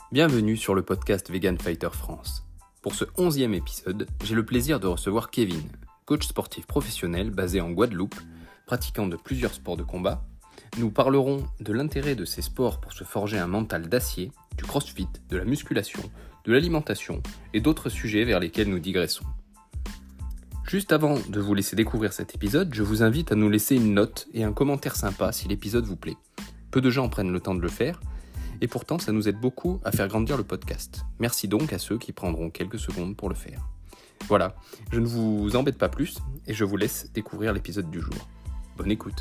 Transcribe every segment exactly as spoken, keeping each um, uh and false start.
Bienvenue sur le podcast Vegan Fighter France. Pour ce onzième épisode, j'ai le plaisir de recevoir Kevin, coach sportif professionnel basé en Guadeloupe, pratiquant de plusieurs sports de combat. Nous parlerons de l'intérêt de ces sports pour se forger un mental d'acier, du crossfit, de la musculation, de l'alimentation et d'autres sujets vers lesquels nous digressons. Juste avant de vous laisser découvrir cet épisode, je vous invite à nous laisser une note et un commentaire sympa si l'épisode vous plaît. Peu de gens prennent le temps de le faire, et pourtant ça nous aide beaucoup à faire grandir le podcast. Merci donc à ceux qui prendront quelques secondes pour le faire. Voilà, je ne vous embête pas plus, et je vous laisse découvrir l'épisode du jour. Bonne écoute.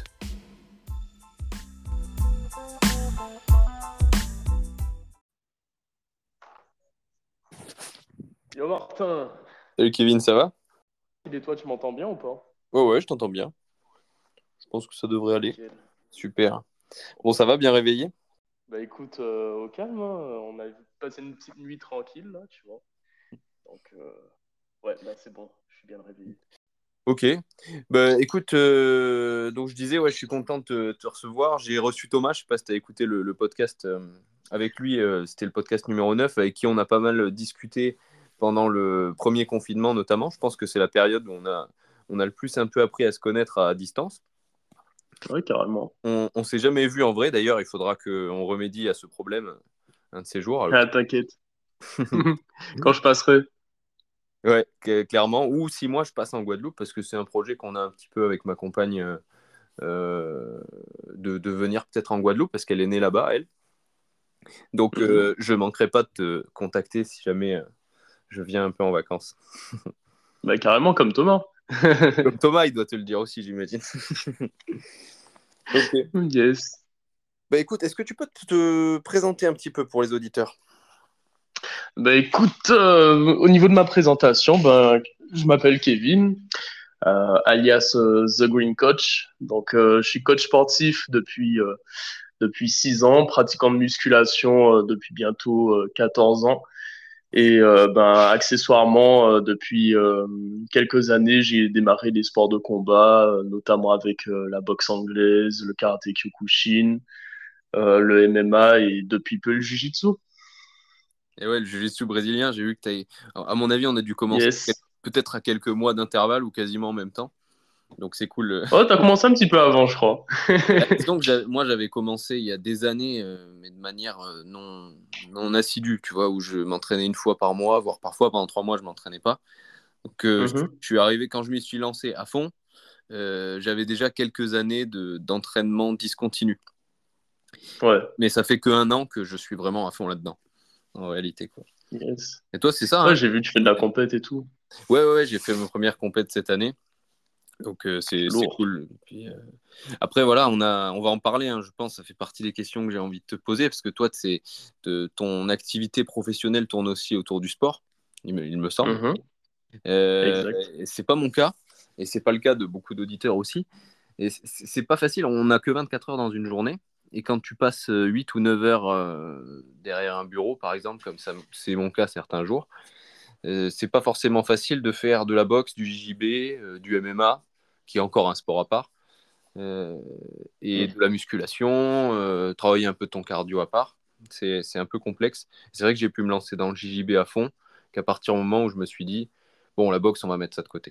Yo Martin, Salut Kevin, ça va ? et toi tu m'entends bien ou pas? Ouais, ouais, je t'entends bien. Je pense que ça devrait aller. Nickel. Super. Bon, ça va, bien réveillé ? Bah écoute, euh, au calme, hein, on a passé une petite nuit tranquille là, tu vois. Donc euh, ouais, là c'est bon, je suis bien réveillé. Ok. Bah, écoute, euh, donc je disais, ouais, je suis content de te, te recevoir. J'ai reçu Thomas, je sais pas si tu as écouté le, le podcast euh, avec lui, euh, c'était le podcast numéro neuf, avec qui on a pas mal discuté pendant le premier confinement notamment. Je pense que c'est la période où on a, on a le plus un peu appris à se connaître à distance. Ouais, carrément. On ne s'est jamais vu en vrai, d'ailleurs, il faudra qu'on remédie à ce problème un de ces jours. Ah, t'inquiète. Quand je passerai. Ouais, clairement. Ou si moi je passe en Guadeloupe, parce que c'est un projet qu'on a un petit peu avec ma compagne euh, de, de venir peut-être en Guadeloupe, parce qu'elle est née là-bas, elle. Donc euh, je ne manquerai pas de te contacter si jamais euh, je viens un peu en vacances. Bah carrément comme Thomas. Comme Thomas, il doit te le dire aussi, j'imagine. Ok. Yes. Bah écoute, est-ce que tu peux te présenter un petit peu pour les auditeurs ? Bah écoute, euh, au niveau de ma présentation, bah, je m'appelle Kevin, euh, alias euh, The Green Coach. Donc euh, je suis coach sportif depuis euh, depuis six ans, pratiquant de musculation euh, depuis bientôt euh, quatorze ans. Et euh, ben, accessoirement, euh, depuis euh, quelques années, j'ai démarré des sports de combat, euh, notamment avec euh, la boxe anglaise, le karaté Kyokushin, euh, le M M A et depuis peu le Jiu-Jitsu. Et ouais, le jiu-jitsu brésilien, j'ai vu que tu as... À mon avis, on a dû commencer Yes. peut-être à quelques mois d'intervalle ou quasiment en même temps. Donc c'est cool. Oh, t'as commencé un petit peu avant, je crois. Bah, disons que j'avais- moi, j'avais commencé il y a des années, euh, mais de manière euh, non, non assidue, tu vois, où je m'entraînais une fois par mois, voire parfois pendant trois mois, je m'entraînais pas. Donc euh, je, Mhm. je suis arrivé, quand je m'y suis lancé à fond, euh, j'avais déjà quelques années de, d'entraînement discontinu. Ouais. Mais ça fait que un an que je suis vraiment à fond là-dedans, en réalité, quoi. Yes. Et toi, c'est ça, Ouais, hein? j'ai vu, tu fais de la compète et tout. Ouais, ouais, ouais, j'ai fait ma première compète cette année. Donc euh, c'est c'est Lourd. cool. Puis, euh, après voilà, on a, on va en parler. Hein, je pense, ça fait partie des questions que j'ai envie de te poser parce que toi, c'est de, ton activité professionnelle tourne aussi autour du sport, il me, il me semble. Mhm. Euh, Exact. et c'est pas mon cas et c'est pas le cas de beaucoup d'auditeurs aussi. Et c'est c'est pas facile. On n'a que vingt-quatre heures dans une journée. Et quand tu passes huit ou neuf heures euh, derrière un bureau, par exemple, comme ça, c'est mon cas certains jours, euh, c'est pas forcément facile de faire de la boxe, du J J B, euh, du M M A, qui est encore un sport à part, euh, et Mm. de la musculation, euh, travailler un peu ton cardio à part. C'est, c'est un peu complexe. C'est vrai que j'ai pu me lancer dans le J J B à fond, qu'à partir du moment où je me suis dit, bon, la boxe, on va mettre ça de côté,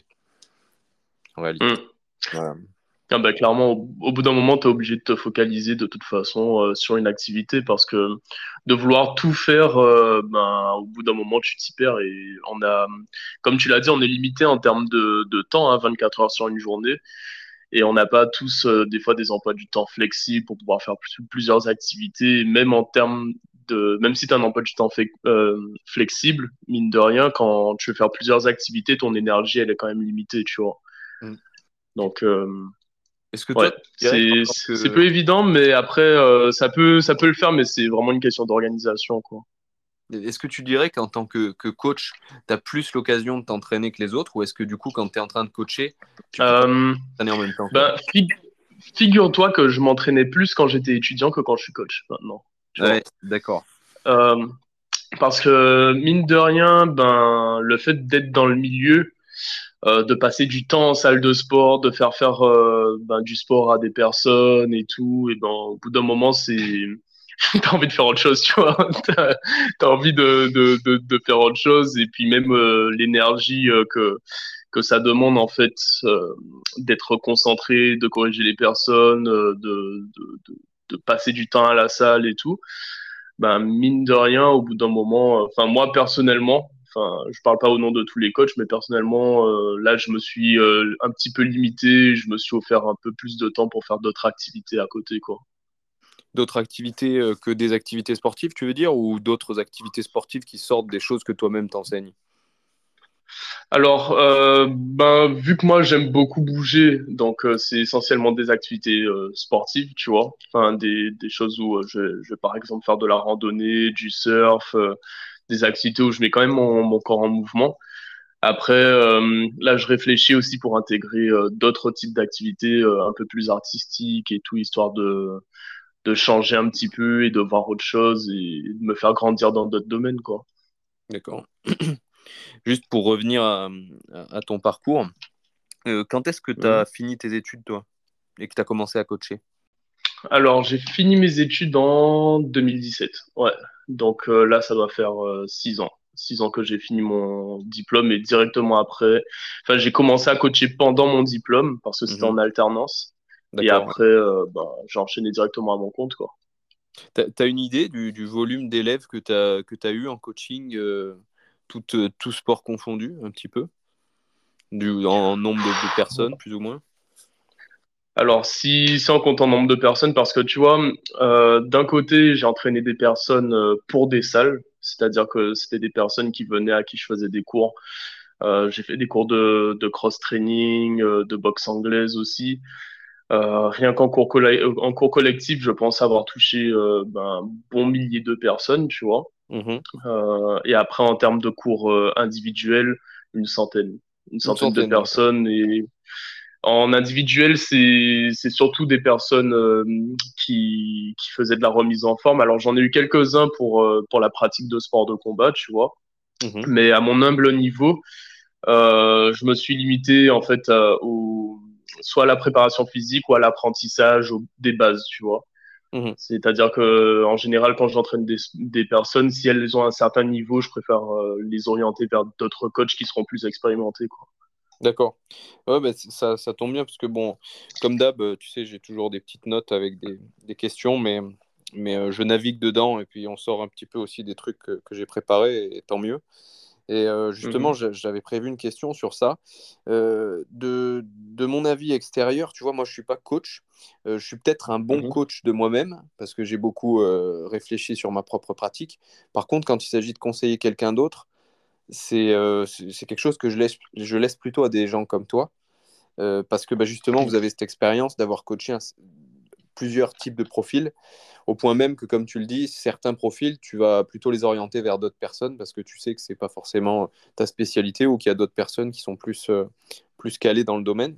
en réalité. Mm. Voilà. Ah bah, clairement, au, au bout d'un moment, tu es obligé de te focaliser de toute façon euh, sur une activité parce que de vouloir tout faire, euh, ben, au bout d'un moment, tu t'y perds et on a, comme tu l'as dit, on est limité en termes de, de temps, hein, vingt-quatre heures sur une journée et on n'a pas tous euh, des fois des emplois du temps flexibles pour pouvoir faire plus- plusieurs activités, même en termes de, même si tu as un emploi du temps fait- euh, flexible, mine de rien, quand tu veux faire plusieurs activités, ton énergie, elle est quand même limitée, tu vois. Mm. Donc, euh, Est-ce que toi, ouais, tu dirais qu'en c'est tant c'est que... peu évident, mais après euh, ça peut ça peut le faire, mais c'est vraiment une question d'organisation, quoi. Est-ce que tu dirais qu'en tant que, que coach, tu as plus l'occasion de t'entraîner que les autres, ou est-ce que du coup, quand tu es en train de coacher, tu peux Euh, t'entraîner en même temps, quoi? ben fig- figure-toi que je m'entraînais plus quand j'étais étudiant que quand je suis coach maintenant, tu Ouais, vois. d'accord. Euh, Parce que mine de rien, ben le fait d'être dans le milieu, euh, de passer du temps en salle de sport, de faire faire euh, ben, du sport à des personnes et tout, et ben au bout d'un moment c'est t'as envie de faire autre chose, tu vois. T'as, t'as envie de, de, de, de faire autre chose et puis même euh, l'énergie euh, que que ça demande en fait euh, d'être concentré, de corriger les personnes, euh, de, de, de, de passer du temps à la salle et tout. Ben mine de rien, au bout d'un moment, euh, enfin moi personnellement, enfin je parle pas au nom de tous les coachs, mais personnellement euh, là je me suis euh, un petit peu limité, je me suis offert un peu plus de temps pour faire d'autres activités à côté quoi. D'autres activités euh, que des activités sportives, tu veux dire, ou d'autres activités sportives qui sortent des choses que toi-même t'enseignes? Alors, euh, ben, vu que moi j'aime beaucoup bouger, donc euh, c'est essentiellement des activités euh, sportives, tu vois. Enfin, des, des choses où euh, je, je vais par exemple faire de la randonnée, du surf, euh, des activités où je mets quand même mon, mon corps en mouvement. Après, euh, là, je réfléchis aussi pour intégrer euh, d'autres types d'activités euh, un peu plus artistiques et tout, histoire de, de changer un petit peu et de voir autre chose et de me faire grandir dans d'autres domaines, quoi. D'accord. Juste pour revenir à, à- à ton parcours, euh, quand est-ce que tu as Mhm. fini tes études, toi, et que tu as commencé à coacher? Alors, j'ai fini mes études en deux mille dix-sept. Ouais. Donc euh, là, ça doit faire euh, six ans. Six ans que j'ai fini mon diplôme et directement après, enfin, j'ai commencé à coacher pendant mon diplôme parce que c'était Mhm. en alternance. Et D'accord. après, euh, ben, j'ai enchaîné directement à mon compte, quoi. Tu as une idée du, du volume d'élèves que tu as, que tu eu en coaching, euh, tout, euh, tout sport confondu, un petit peu, du, en nombre de, de personnes, plus ou moins? Alors, si, si on compte en nombre de personnes, parce que tu vois, euh, d'un côté, j'ai entraîné des personnes euh, pour des salles, c'est-à-dire que c'était des personnes qui venaient à qui je faisais des cours. Euh, j'ai fait des cours de, de cross-training, euh, de boxe anglaise aussi. Euh, rien qu'en cours, colla- euh, en cours collectif, je pense avoir touché euh, ben, un bon millier de personnes, tu vois. Mhm. Euh, et après, en termes de cours euh, individuels, une centaine. Une Une centaine de centaine, d'accord. personnes. Et en individuel, c'est c'est surtout des personnes euh, qui qui faisaient de la remise en forme. Alors j'en ai eu quelques-uns pour euh, pour la pratique de sport de combat, tu vois. Mhm. Mais à mon humble niveau, euh, je me suis limité en fait à- au soit à la préparation physique ou à l'apprentissage au- des bases, tu vois. Mhm. C'est-à-dire que en général, quand j'entraîne des des personnes, si elles ont un certain niveau, je préfère euh, les orienter vers d'autres coachs qui seront plus expérimentés, quoi. D'accord. Ouais, bah, c- ça, ça tombe bien parce que, bon, comme d'hab, euh, tu sais, j'ai toujours des petites notes avec des, des questions, mais, mais euh, je navigue dedans et puis on sort un petit peu aussi des trucs que, que j'ai préparés, et tant mieux. Et euh, justement, Mhm, j'a- j'avais prévu une question sur ça. Euh, de, de mon avis extérieur, tu vois, moi, je suis pas coach. Euh, je suis peut-être un bon mhm. coach de moi-même parce que j'ai beaucoup euh, réfléchi sur ma propre pratique. Par contre, quand il s'agit de conseiller quelqu'un d'autre, c'est euh, c'est c'est quelque chose que je laisse, je laisse plutôt à des gens comme toi. Euh, parce que bah, justement, vous avez cette expérience d'avoir coaché un- plusieurs types de profils, au point même que, comme tu le dis, certains profils, tu vas plutôt les orienter vers d'autres personnes parce que tu sais que c'est pas forcément ta spécialité ou qu'il y a d'autres personnes qui sont plus, euh, plus calées dans le domaine.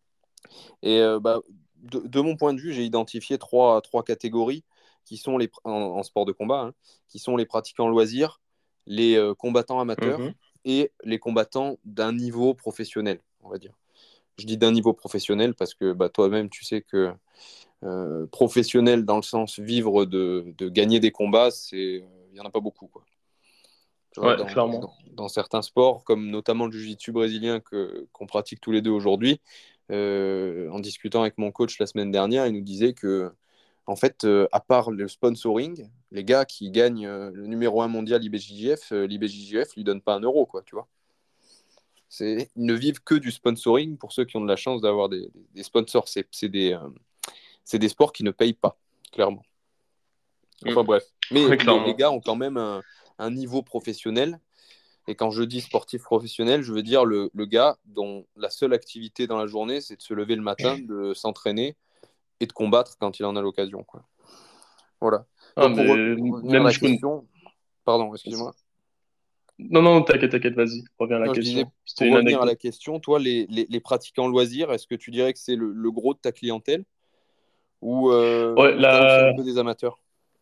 Et euh, bah, de, de mon point de vue, j'ai identifié trois, trois catégories qui sont les, en, en sport de combat, hein, qui sont les pratiquants loisirs, les euh, combattants amateurs Mhm. et les combattants d'un niveau professionnel, on va dire. Je dis d'un niveau professionnel parce que bah, toi-même, tu sais que euh, professionnel dans le sens vivre de, de gagner des combats, c'est il n'y en a pas beaucoup, quoi. Tu vois, Ouais, dans, clairement. dans, dans certains sports, comme notamment le jiu-jitsu brésilien que, qu'on pratique tous les deux aujourd'hui, euh, en discutant avec mon coach la semaine dernière, il nous disait que, en fait, euh, à part le sponsoring, les gars qui gagnent euh, le numéro un mondial I B J J F, euh, l'I B J J F lui donne pas un euro, quoi, tu vois. C'est, ils ne vivent que du sponsoring pour ceux qui ont de la chance d'avoir des, des sponsors. C'est, c'est des, euh, c'est des sports qui ne payent pas, clairement. Enfin Mm. bref. Mais Ouais, les, les clairement. gars ont quand même un, un niveau professionnel. Et quand je dis sportif professionnel, je veux dire le, le gars dont la seule activité dans la journée, c'est de se lever le matin, de s'entraîner et de combattre quand il en a l'occasion, quoi. Voilà. Ah, Donc pour, re- mais pour revenir à même la je connais. question, pardon, excuse-moi. Non, non, t'inquiète, t'inquiète, vas-y, reviens à la Non, je disais, question. C'était pour une revenir à la anecdote. question, toi, les, les, les pratiquants loisirs, est-ce que tu dirais que c'est le, le gros de ta clientèle ou, euh, Ouais, ou tu as aussi un la... peu des amateurs?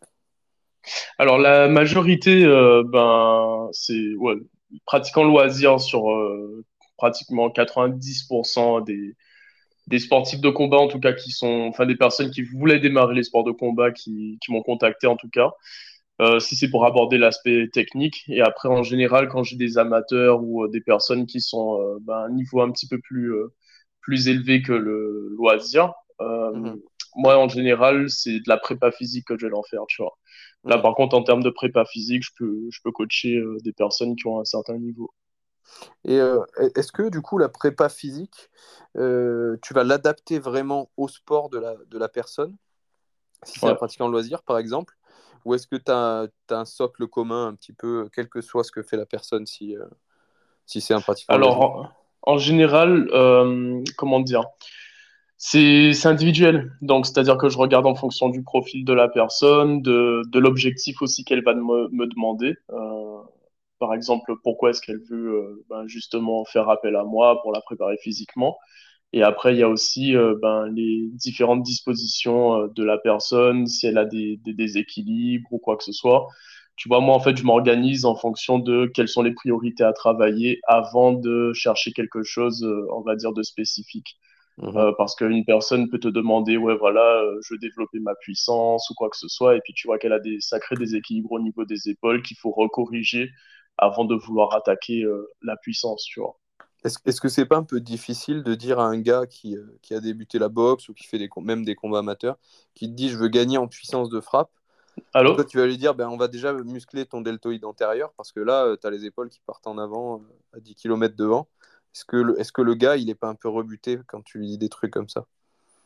alors la majorité, euh, ben, c'est ouais, pratiquant loisir sur euh, pratiquement quatre-vingt-dix pour cent des, des sportifs de combat en tout cas qui sont, enfin des personnes qui voulaient démarrer les sports de combat qui, qui m'ont contacté en tout cas. Euh, si c'est pour aborder l'aspect technique. Et après, en général, quand j'ai des amateurs ou euh, des personnes qui sont euh, ben, à un niveau un petit peu plus, euh, plus élevé que le loisir, euh, Mhm. moi, en général, c'est de la prépa physique que je vais leur faire, tu vois. Là, Mhm. par contre, en termes de prépa physique, je peux, je peux coacher euh, des personnes qui ont un certain niveau. Et euh, est-ce que du coup la prépa physique, euh, tu vas l'adapter vraiment au sport de la, de la personne, si c'est un Ouais. pratiquant de loisir par exemple, ou est-ce que tu as, un socle commun un petit peu, quel que soit ce que fait la personne si, euh, si c'est un pratiquant de Alors, loisir? en, en général, euh, comment dire? C'est c'est individuel. Donc, c'est-à-dire que je regarde en fonction du profil de la personne, de, de l'objectif aussi qu'elle va me, me demander. Euh, par exemple, pourquoi est-ce qu'elle veut euh, ben, justement faire appel à moi pour la préparer physiquement. Et après, il y a aussi euh, ben, les différentes dispositions euh, de la personne, si elle a des, des déséquilibres ou quoi que ce soit. Tu vois, moi, en fait, je m'organise en fonction de quelles sont les priorités à travailler avant de chercher quelque chose, euh, on va dire, de spécifique. Mhm. Euh, parce qu'une personne peut te demander, ouais, voilà, euh, je veux développer ma puissance ou quoi que ce soit, et puis tu vois qu'elle a des sacrés déséquilibres au niveau des épaules qu'il faut recorriger avant de vouloir attaquer euh, la puissance, tu vois. Est-ce, est-ce que c'est pas un peu difficile de dire à un gars qui, euh, qui a débuté la boxe ou qui fait des, com- même des combats amateurs, qui te dit je veux gagner en puissance de frappe, et toi Allô? tu vas lui dire ben, on va déjà muscler ton deltoïde antérieur parce que là tu as les épaules qui partent en avant euh, à dix kilomètres devant. Est-ce que, le, est-ce que le gars il est pas un peu rebuté quand tu lui dis des trucs comme ça?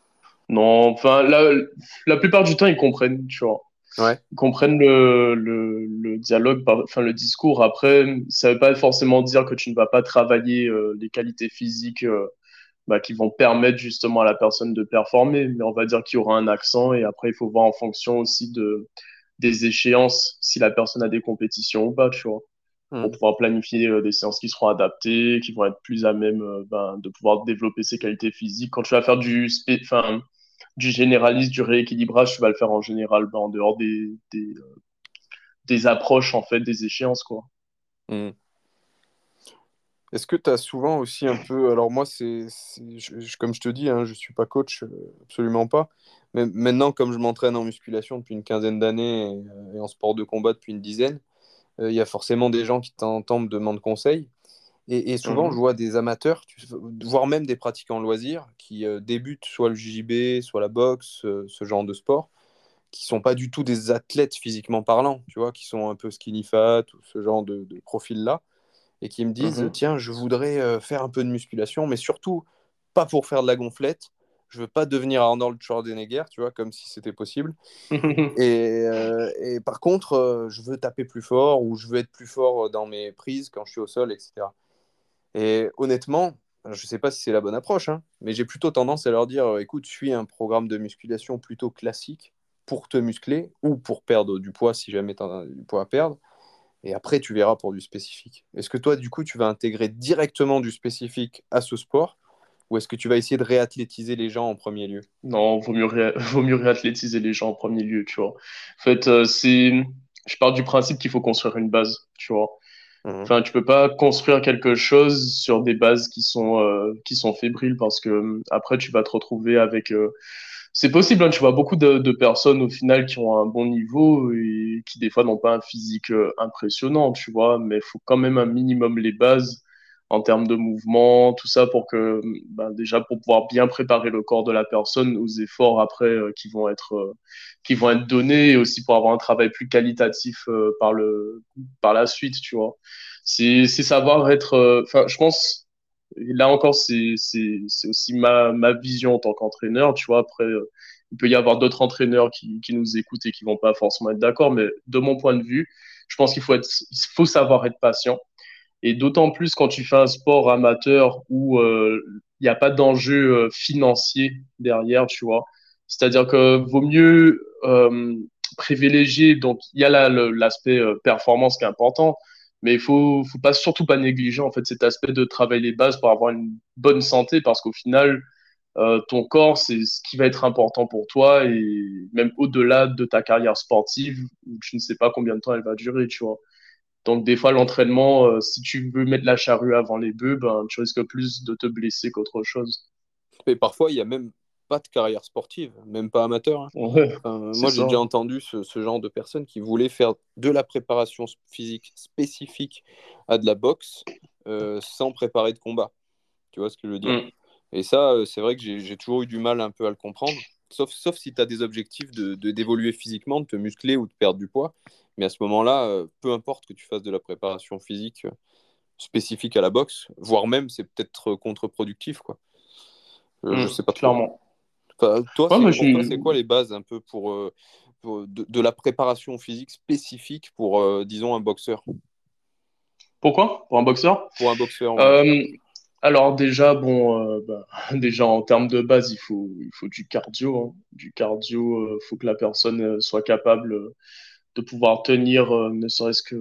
Non, enfin, la, la plupart du temps, ils comprennent, tu vois. Ouais. Ils comprennent le, le, le dialogue, par- enfin, le discours. Après, ça veut pas forcément dire que tu ne vas pas travailler euh, les qualités physiques euh, bah, qui vont permettre justement à la personne de performer. Mais on va dire qu'il y aura un accent et après, il faut voir en fonction aussi de, des échéances, si la personne a des compétitions ou pas, tu vois, pour Mhm. pouvoir planifier euh, des séances qui seront adaptées, qui vont être plus à même euh, ben, de pouvoir développer ses qualités physiques. Quand tu vas faire du, spé- enfin, du généraliste, du rééquilibrage, tu vas le faire en général ben, en dehors des, des, des approches, en fait, des échéances, quoi. Mhm. Est-ce que tu as souvent aussi un peu, alors moi c'est, c'est- je- je- comme je te dis, hein, je suis pas coach, euh, absolument pas, mais maintenant comme je m'entraîne en musculation depuis une quinzaine d'années et, euh, et en sport de combat depuis une dizaine, euh, il y a forcément des gens qui t'entendent me demandent conseil. Et, et souvent, je Mhm. vois des amateurs, tu- voire même des pratiquants loisirs, qui euh, débutent soit le J B, soit la boxe, euh, ce genre de sport, qui sont pas du tout des athlètes physiquement parlant, tu vois, qui sont un peu skinny fat ou ce genre de, de profil-là, et qui me disent, Mhm. tiens, je voudrais euh, faire un peu de musculation, mais surtout pas pour faire de la gonflette. Je veux pas devenir Arnold Schwarzenegger, tu vois, comme si c'était possible. Et, euh, et par contre, euh, je veux taper plus fort ou je veux être plus fort dans mes prises quand je suis au sol, et cetera. Et honnêtement, je ne sais pas si c'est la bonne approche, hein, mais j'ai plutôt tendance à leur dire, euh, écoute, suis un programme de musculation plutôt classique pour te muscler ou pour perdre du poids si jamais tu as du poids à perdre. Et après, tu verras pour du spécifique. Est-ce que toi, du coup, tu vas intégrer directement du spécifique à ce sport ou est-ce que tu vas essayer de réathlétiser les gens en premier lieu? Non, vaut mieux, ré- vaut mieux réathlétiser les gens en premier lieu, tu vois. En fait, euh, c'est, je pars du principe qu'il faut construire une base, tu vois. Mhm. Enfin, tu peux pas construire quelque chose sur des bases qui sont euh, qui sont fébriles parce que euh, après tu vas te retrouver avec. euh, C'est possible, hein, tu vois beaucoup de, de personnes au final qui ont un bon niveau et qui des fois n'ont pas un physique euh, impressionnant, tu vois, mais il faut quand même un minimum les bases en termes de mouvement, tout ça pour que ben, déjà pour pouvoir bien préparer le corps de la personne aux efforts après euh, qui vont être euh, qui vont être donnés et aussi pour avoir un travail plus qualitatif euh, par le par la suite, tu vois. C'est c'est savoir être. euh, Enfin, je pense. Et là encore, c'est c'est c'est aussi ma ma vision en tant qu'entraîneur. Tu vois, après, euh, il peut y avoir d'autres entraîneurs qui qui nous écoutent et qui vont pas forcément être d'accord, mais de mon point de vue, je pense qu'il faut être il faut savoir être patient. Et d'autant plus quand tu fais un sport amateur où euh, il n'y a pas d'enjeu euh, financier derrière, tu vois. C'est-à-dire que vaut mieux euh, privilégier, donc il y a là le- l'aspect euh, performance qui est important, mais il faut, faut pas surtout pas négliger en fait cet aspect de travailler les bases pour avoir une bonne santé parce qu'au final, euh, ton corps, c'est ce qui va être important pour toi et même au-delà de ta carrière sportive où tu ne sais pas combien de temps elle va durer, tu vois. Donc, des fois, l'entraînement, euh, si tu veux mettre la charrue avant les bœufs, ben, tu risques plus de te blesser qu'autre chose. Et parfois, il n'y a même pas de carrière sportive, même pas amateur, hein. Ouais, Enfin, c'est moi, j'ai ça. déjà entendu ce, ce genre de personnes qui voulaient faire de la préparation physique spécifique à de la boxe euh, sans préparer de combat. Tu vois ce que je veux dire? Mm. Et ça, euh, c'est vrai que j'ai j'ai toujours eu du mal un peu à le comprendre. Sauf, sauf si tu as des objectifs de, de- d'évoluer physiquement, de te muscler ou de perdre du poids. Mais à ce moment-là, euh, peu importe que tu fasses de la préparation physique euh, spécifique à la boxe, voire même c'est peut-être contre-productif, quoi. Euh, je Mm. sais pas trop. Clairement. Enfin, toi, Ouais, c'est, moi, je pour toi, c'est suis. quoi les bases un peu pour, euh, pour de, de la préparation physique spécifique pour, euh, disons, un boxeur? Pourquoi? Pour un boxeur? Pour un boxeur, ouais. Euh, alors déjà, bon, euh, bah, déjà en termes de base, il faut, il faut du cardio, hein. Du cardio, euh, faut que la personne euh, soit capable euh, de pouvoir tenir, euh, ne serait-ce que,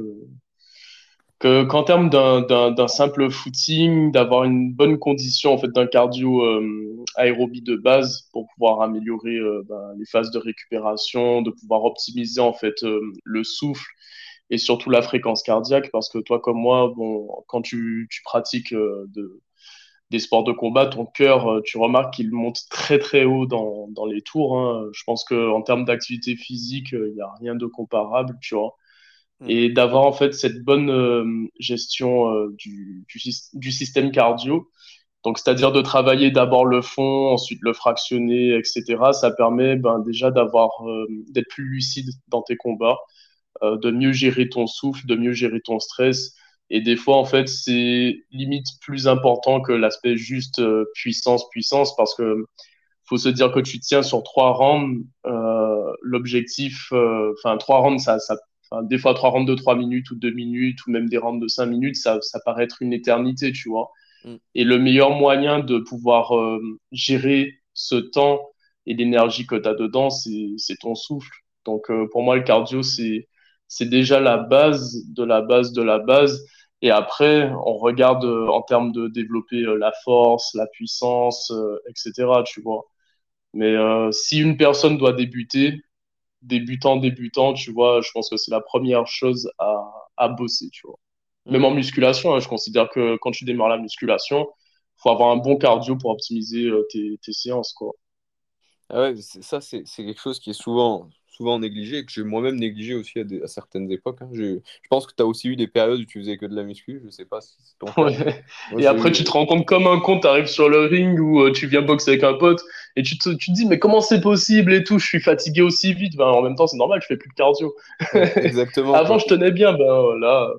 que qu'en termes d'un, d'un, d'un simple footing, d'avoir une bonne condition en fait d'un cardio euh, aérobie de base pour pouvoir améliorer euh, ben, les phases de récupération, de pouvoir optimiser en fait euh, le souffle et surtout la fréquence cardiaque parce que toi comme moi, bon, quand tu, tu pratiques euh, de des sports de combat, ton cœur, euh, tu remarques qu'il monte très très haut dans, dans les tours, hein. Je pense que en termes d'activité physique, il n'y a rien de comparable, tu vois. Hmm. Et d'avoir en fait cette bonne euh, gestion euh, du, du, syst- du système cardio, donc c'est-à-dire de travailler d'abord le fond, ensuite le fractionner, et cetera. Ça permet ben, déjà d'avoir euh, d'être plus lucide dans tes combats, euh, de mieux gérer ton souffle, de mieux gérer ton stress. Et des fois, en fait, c'est limite plus important que l'aspect juste euh, puissance, puissance, parce que faut se dire que tu tiens sur trois rounds. Euh, l'objectif, euh, enfin, trois rounds, ça, ça, enfin, des fois, trois rounds de trois minutes ou deux minutes, ou même des rounds de cinq minutes, ça, ça paraît être une éternité, tu vois. Hmm. Et le meilleur moyen de pouvoir euh, gérer ce temps et l'énergie que tu as dedans, c'est, c'est ton souffle. Donc, euh, pour moi, le cardio, c'est, c'est déjà la base de la base de la base. Et après, on regarde euh, en termes de développer euh, la force, la puissance, euh, et cetera, tu vois. Mais euh, si une personne doit débuter, débutant, débutant, tu vois, je pense que c'est la première chose à, à bosser, tu vois. Même en Hmm. musculation, hein, je considère que quand tu démarres la musculation, faut avoir un bon cardio pour optimiser euh, tes, tes séances, quoi. Ah ouais, c'est- ça, c'est c'est quelque chose qui est souvent, souvent négligé et que j'ai moi-même négligé aussi à, des- à certaines époques, hein. J'ai- Je pense que tu as aussi eu des périodes où tu faisais que de la muscu, je sais pas si c'est ton cas. Ouais. Moi, Et j'ai après, eu. tu te rends compte comme un con, t'arrives sur le ring où euh, tu viens boxer avec un pote et tu te, tu te dis, mais comment c'est possible et tout, je suis fatigué aussi vite. Ben, en même temps, c'est normal, je fais plus de cardio. Ouais, exactement, Avant, quoi. je tenais bien, ben là,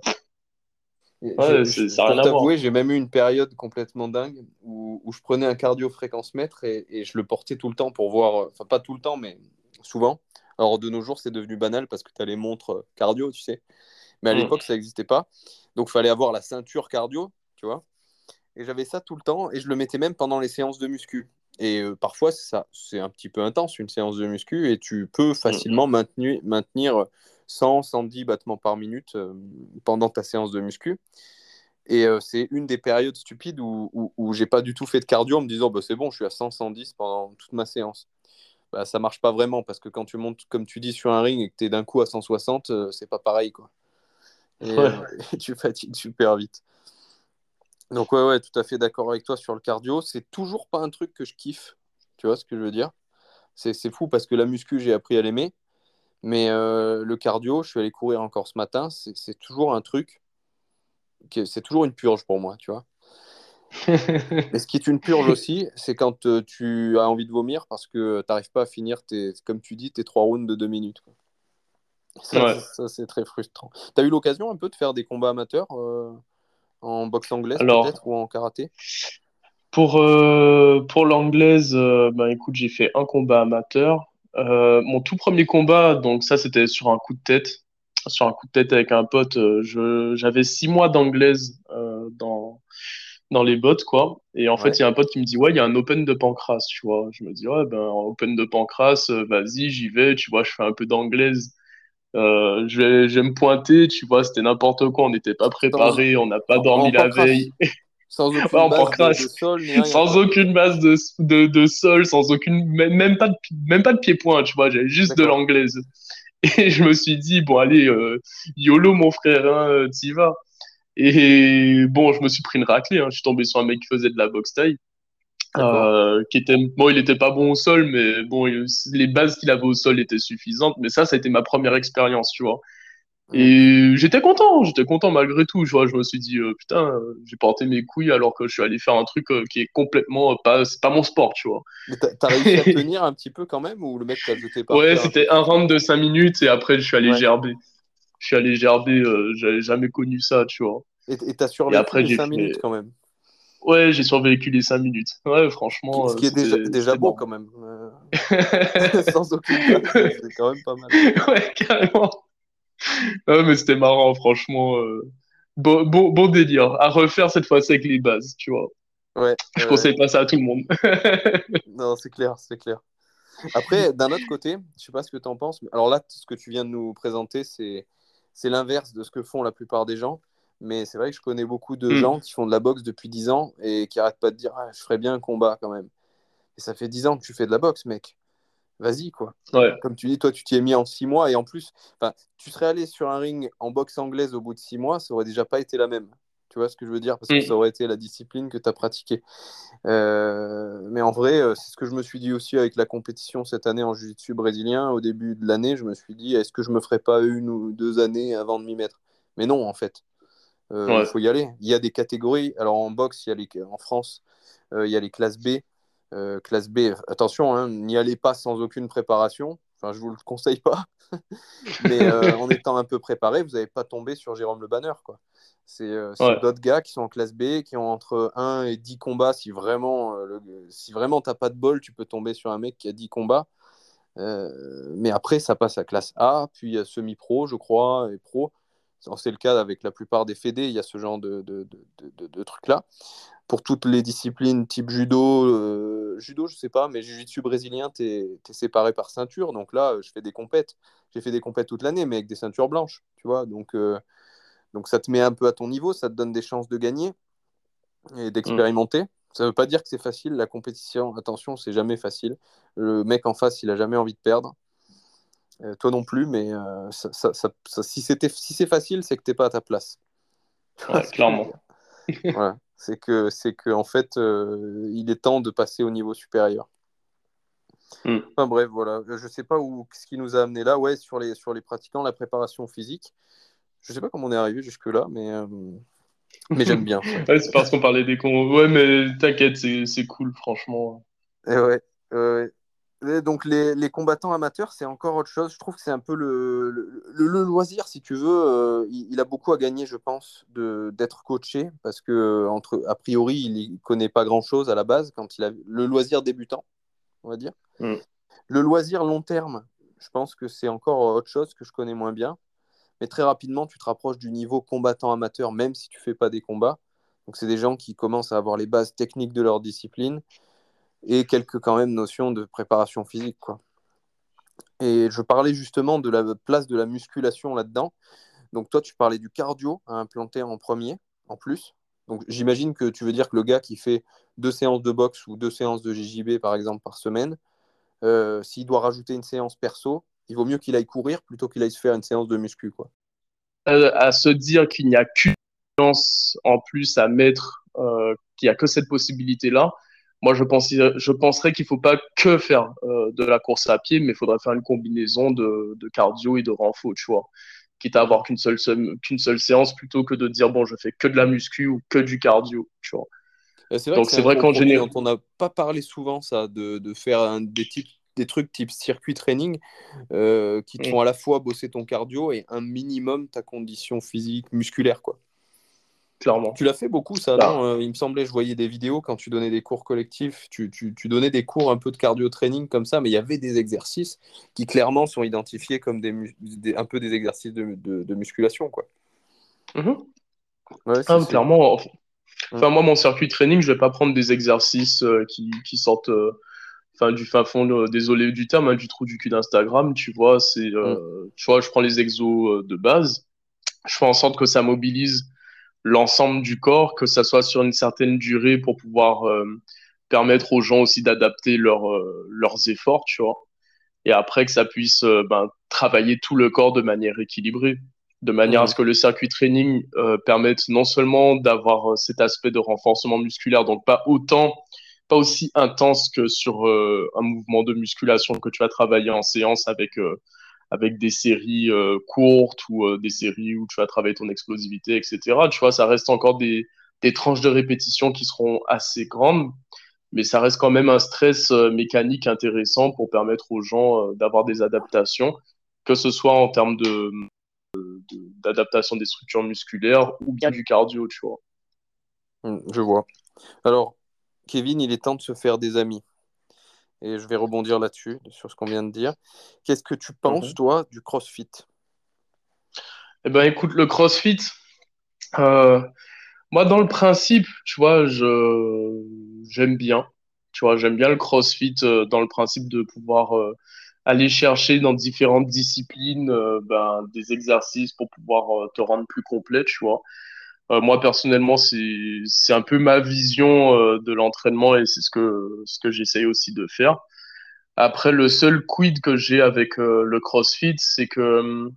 J'ai- ouais, c'est, je- ça n'a pour rien à voir. t'avouer, j'ai même eu une période complètement dingue où, où je prenais un cardio fréquence mètre et, et je le portais tout le temps pour voir, euh, enfin pas tout le temps, mais souvent. Alors de nos jours, c'est devenu banal parce que tu as les montres euh, cardio, tu sais. Mais à Mm. l'époque, ça n'existait pas. Donc il fallait avoir la ceinture cardio, tu vois. Et j'avais ça tout le temps et je le mettais même pendant les séances de muscu. Et euh, parfois, c'est ça, c'est un petit peu intense une séance de muscu et tu peux Mm. facilement maintenir, maintenir cent, cent dix battements par minute euh, pendant ta séance de muscu. Et euh, c'est une des périodes stupides où, où, où j'ai pas du tout fait de cardio en me disant bah, c'est bon, je suis à cent, cent dix pendant toute ma séance. Bah, ça marche pas vraiment parce que quand tu montes, comme tu dis, sur un ring et que tu es d'un coup à cent soixante, euh, c'est pas pareil, quoi. Et, Ouais. euh, et tu fatigues super vite. Donc, ouais, ouais, tout à fait d'accord avec toi sur le cardio. C'est toujours pas un truc que je kiffe. Tu vois ce que je veux dire? C'est c'est fou parce que la muscu, j'ai appris à l'aimer. Mais euh, le cardio, je suis allé courir encore ce matin. C'est c'est toujours un truc, que- c'est toujours une purge pour moi, tu vois. Et ce qui est une purge aussi, c'est quand euh, tu as envie de vomir parce que tu n'arrives pas à finir, tes, comme tu dis, tes trois rounds de deux minutes, quoi. Ça, Ouais. ça c'est très frustrant. Tu as eu l'occasion un peu de faire des combats amateurs euh, en boxe anglaise Alors, peut-être ou en karaté? pour, euh, pour l'anglaise, euh, ben écoute, j'ai fait un combat amateur. Euh, mon tout premier combat, donc ça, c'était sur un coup de tête. Sur un coup de tête avec un pote. Euh, je, j'avais six mois d'anglaise euh, dans, dans les bottes, quoi. Et en fait, Ouais. il y a un pote qui me dit, ouais, il y a un Open de Pancras, tu vois. Je me dis, ouais, ben, Open de Pancras, euh, vas-y, j'y vais, tu vois, je fais un peu d'anglaise. Euh, je vais, je vais me pointer, tu vois, c'était n'importe quoi, on n'était pas Sans, préparé, on n'a pas en, dormi en la veille. pancrace, sans Ouais, aucune en base de, pancrace, de sol ni rien, sans quoi. aucune base de, de, de sol, sans aucune, même, même pas de, pi- même pas de pied-point, tu vois, j'avais juste de D'accord. l'anglaise. Et je me suis dit, bon, allez, euh, YOLO, mon frère, hein, euh, t'y vas. Et bon, je me suis pris une raclée, hein, je suis tombé sur un mec qui faisait de la boxe taille. D'accord. Euh, qui était, bon, il était pas bon au sol, mais bon, il- les bases qu'il avait au sol étaient suffisantes. Mais ça, ça a été ma première expérience, tu vois. Mm. Et j'étais content, j'étais content malgré tout. Je vois, je me suis dit, euh, putain, euh, j'ai porté mes couilles alors que je suis allé faire un truc euh, qui est complètement euh, pas, c'est pas mon sport, tu vois. Mais t'as, t'as réussi à tenir un petit peu quand même ou le mec t'a jeté par Ouais, terre un peu c'était trop un tôt? round de cinq minutes et après je suis allé Ouais. gerber. Je suis allé gerber, euh, j'avais jamais connu ça, tu vois. Et et t'as Et survécu après les j'ai cinq minutes fait, quand même. ouais, j'ai survécu les cinq minutes. Ouais, Qui- franchement, Ce euh, qui est déjà, c'était, déjà c'était beau quand marrant. même. Euh, sans aucune base, c'est quand même pas mal. Ouais, carrément. Ouais, mais c'était marrant, franchement. euh, Bon, bon, bon délire. À refaire cette fois-ci avec les bases, tu vois. Ouais, Je ouais. conseille pas ça à tout le monde. Non, c'est clair, c'est clair. Après, d'un autre côté, je sais pas ce que tu en penses, mais alors là, ce que tu viens de nous présenter, c'est c'est l'inverse de ce que font la plupart des gens. Mais c'est vrai que je connais beaucoup de Hmm. gens qui font de la boxe depuis dix ans et qui arrêtent pas de dire ah, je ferais bien un combat quand même. Et ça fait dix ans que tu fais de la boxe, mec. Vas-y, quoi. Ouais. Comme tu dis, toi, tu t'y es mis en six mois et en plus, enfin, tu serais allé sur un ring en boxe anglaise au bout de six mois, ça aurait déjà pas été la même. Tu vois ce que je veux dire? Parce que ça Hmm. aurait été la discipline que tu as pratiquée. Euh, mais en vrai, euh, c'est ce que je me suis dit aussi avec la compétition cette année en jiu-jitsu brésilien. Au début de l'année, je me suis dit, est-ce que je me ferais pas une ou deux années avant de m'y mettre? Mais non, en fait. Euh, il Ouais. faut y aller. Il y a des catégories. Alors en boxe, il y a les, en France, euh, il y a les classes B. Euh, classe B, attention, hein, n'y allez pas sans aucune préparation. Enfin, je vous le conseille pas. Mais euh, en étant un peu préparé, vous n'allez pas tomber sur Jérôme Le Banner, quoi. C'est euh, c'est Ouais. d'autres gars qui sont en classe B, qui ont entre un et dix combats. Si vraiment, euh, le, si vraiment t'as pas de bol, tu peux tomber sur un mec qui a dix combats. Euh, mais après, ça passe à classe A, puis à semi-pro, je crois, et pro. C'est le cas avec la plupart des fédés, il y a ce genre de, de, de, de, de trucs-là. Pour toutes les disciplines type judo, euh, judo, je sais pas, mais jiu-jitsu brésilien, tu es séparé par ceinture. Donc là, je fais des compètes. J'ai fait des compètes toute l'année, mais avec des ceintures blanches, tu vois. Donc, euh, donc ça te met un peu à ton niveau, ça te donne des chances de gagner et Hmm. d'expérimenter. Ça veut pas dire que c'est facile, la compétition, attention, c'est jamais facile. Le mec en face, il a jamais envie de perdre. Euh, toi non plus, mais euh, ça, ça, ça, ça, si c'était si c'est facile, c'est que t'es pas à ta place. Tu vois Ouais, ce que je veux clairement. dire? Voilà. C'est que, c'est que en fait, euh, il est temps de passer au niveau supérieur. Hmm. Enfin bref, voilà. Je sais pas où ce qui nous a amené là. Ouais, sur les, sur les pratiquants, la préparation physique. Je sais pas comment on est arrivé jusque-là, mais, euh, mais j'aime bien ça. Ouais, c'est parce qu'on parlait des cons. Ouais, mais t'inquiète, c'est, c'est cool, franchement. Et ouais, ouais. Et donc les, les combattants amateurs, c'est encore autre chose. Je trouve que c'est un peu le, le, le- le loisir, si tu veux. Euh, il, il a beaucoup à gagner, je pense, de, d'être coaché, parce que entre, a priori, il ne connaît pas grand-chose à la base quand il a le loisir débutant, on va dire. Hmm. Le loisir long terme, je pense que c'est encore autre chose que je connais moins bien. Mais très rapidement, tu te rapproches du niveau combattant amateur, même si tu fais pas des combats. Donc, c'est des gens qui commencent à avoir les bases techniques de leur discipline et quelques quand même notions de préparation physique, quoi. Et je parlais justement de la place de la musculation là-dedans. Donc, toi, tu parlais du cardio à implanter en premier, en plus. Donc, j'imagine que tu veux dire que le gars qui fait deux séances de boxe ou deux séances de J J B, par exemple, par semaine, euh, s'il doit rajouter une séance perso, il vaut mieux qu'il aille courir plutôt qu'il aille se faire une séance de muscu, quoi. Euh, à se dire qu'il n'y a qu'une chance en plus à mettre, euh, qu'il n'y a que cette possibilité-là. Moi, je pense, je penserais qu'il faut pas que faire euh, de la course à pied, mais il faudrait faire une combinaison de, de cardio et de renfo, tu vois. Quitte à avoir Mhm. qu'une seule, qu'une seule séance plutôt que de dire, bon, je fais que de la muscu ou que du cardio, tu vois. Euh, C'est vrai que Donc, c'est c'est un vrai qu'en compromis général, dont on n'a pas parlé souvent, ça, de, de faire un- des, types, des trucs type circuit training euh, qui te font à la fois bosser ton cardio et un minimum ta condition physique musculaire, quoi. clairement. Tu l'as fait beaucoup, ça, Là. non? Euh, il me semblait, je voyais des vidéos quand tu donnais des cours collectifs, tu, tu, tu donnais des cours un peu de cardio training comme ça, mais il y avait des exercices qui clairement sont identifiés comme des, mus- des- un peu des exercices de, de, de musculation, quoi. Mhm. Ouais, Ah, c'est... c'est- clairement. Mm, Enfin, moi, mon circuit training, je vais pas prendre des exercices euh, qui, qui sortent euh, enfin, du fin fond, euh, désolé du terme, hein, du trou du cul d'Instagram, tu vois. C'est, mm, euh, tu vois, je prends les exos euh, de base. Je fais en sorte que ça mobilise l'ensemble du corps, que ça soit sur une certaine durée pour pouvoir euh, permettre aux gens aussi d'adapter leur, euh, leurs efforts, tu vois. Et après que ça puisse euh, ben, travailler tout le corps de manière équilibrée, de manière à mm. ce que le circuit training euh, permette non seulement d'avoir euh, cet aspect de renforcement musculaire, donc pas autant pas aussi intense que sur euh, un mouvement de musculation que tu vas travailler en séance avec, euh, avec des séries euh, courtes ou euh, des séries où tu vas travailler ton explosivité, et cetera. Tu vois, ça reste encore des, des tranches de répétition qui seront assez grandes, mais ça reste quand même un stress euh, mécanique intéressant pour permettre aux gens euh, d'avoir des adaptations, que ce soit en termes de, de- d'adaptation des structures musculaires ou bien du cardio, tu vois. Hmm, je vois. Alors, Kevin, il est temps de se faire des amis. Et je vais rebondir là-dessus, sur ce qu'on vient de dire. Qu'est-ce que tu penses, Mhm. toi, du CrossFit? Eh ben, écoute, le CrossFit, euh, moi, dans le principe, tu vois, je j'aime bien. Tu vois, j'aime bien le CrossFit euh, dans le principe de pouvoir euh, aller chercher dans différentes disciplines euh, ben, des exercices pour pouvoir euh, te rendre plus complet, tu vois. Euh, moi, personnellement, c'est c'est un peu ma vision euh, de l'entraînement et c'est ce que ce que j'essaye aussi de faire. Après, le seul quid que j'ai avec euh, le CrossFit, c'est que hum,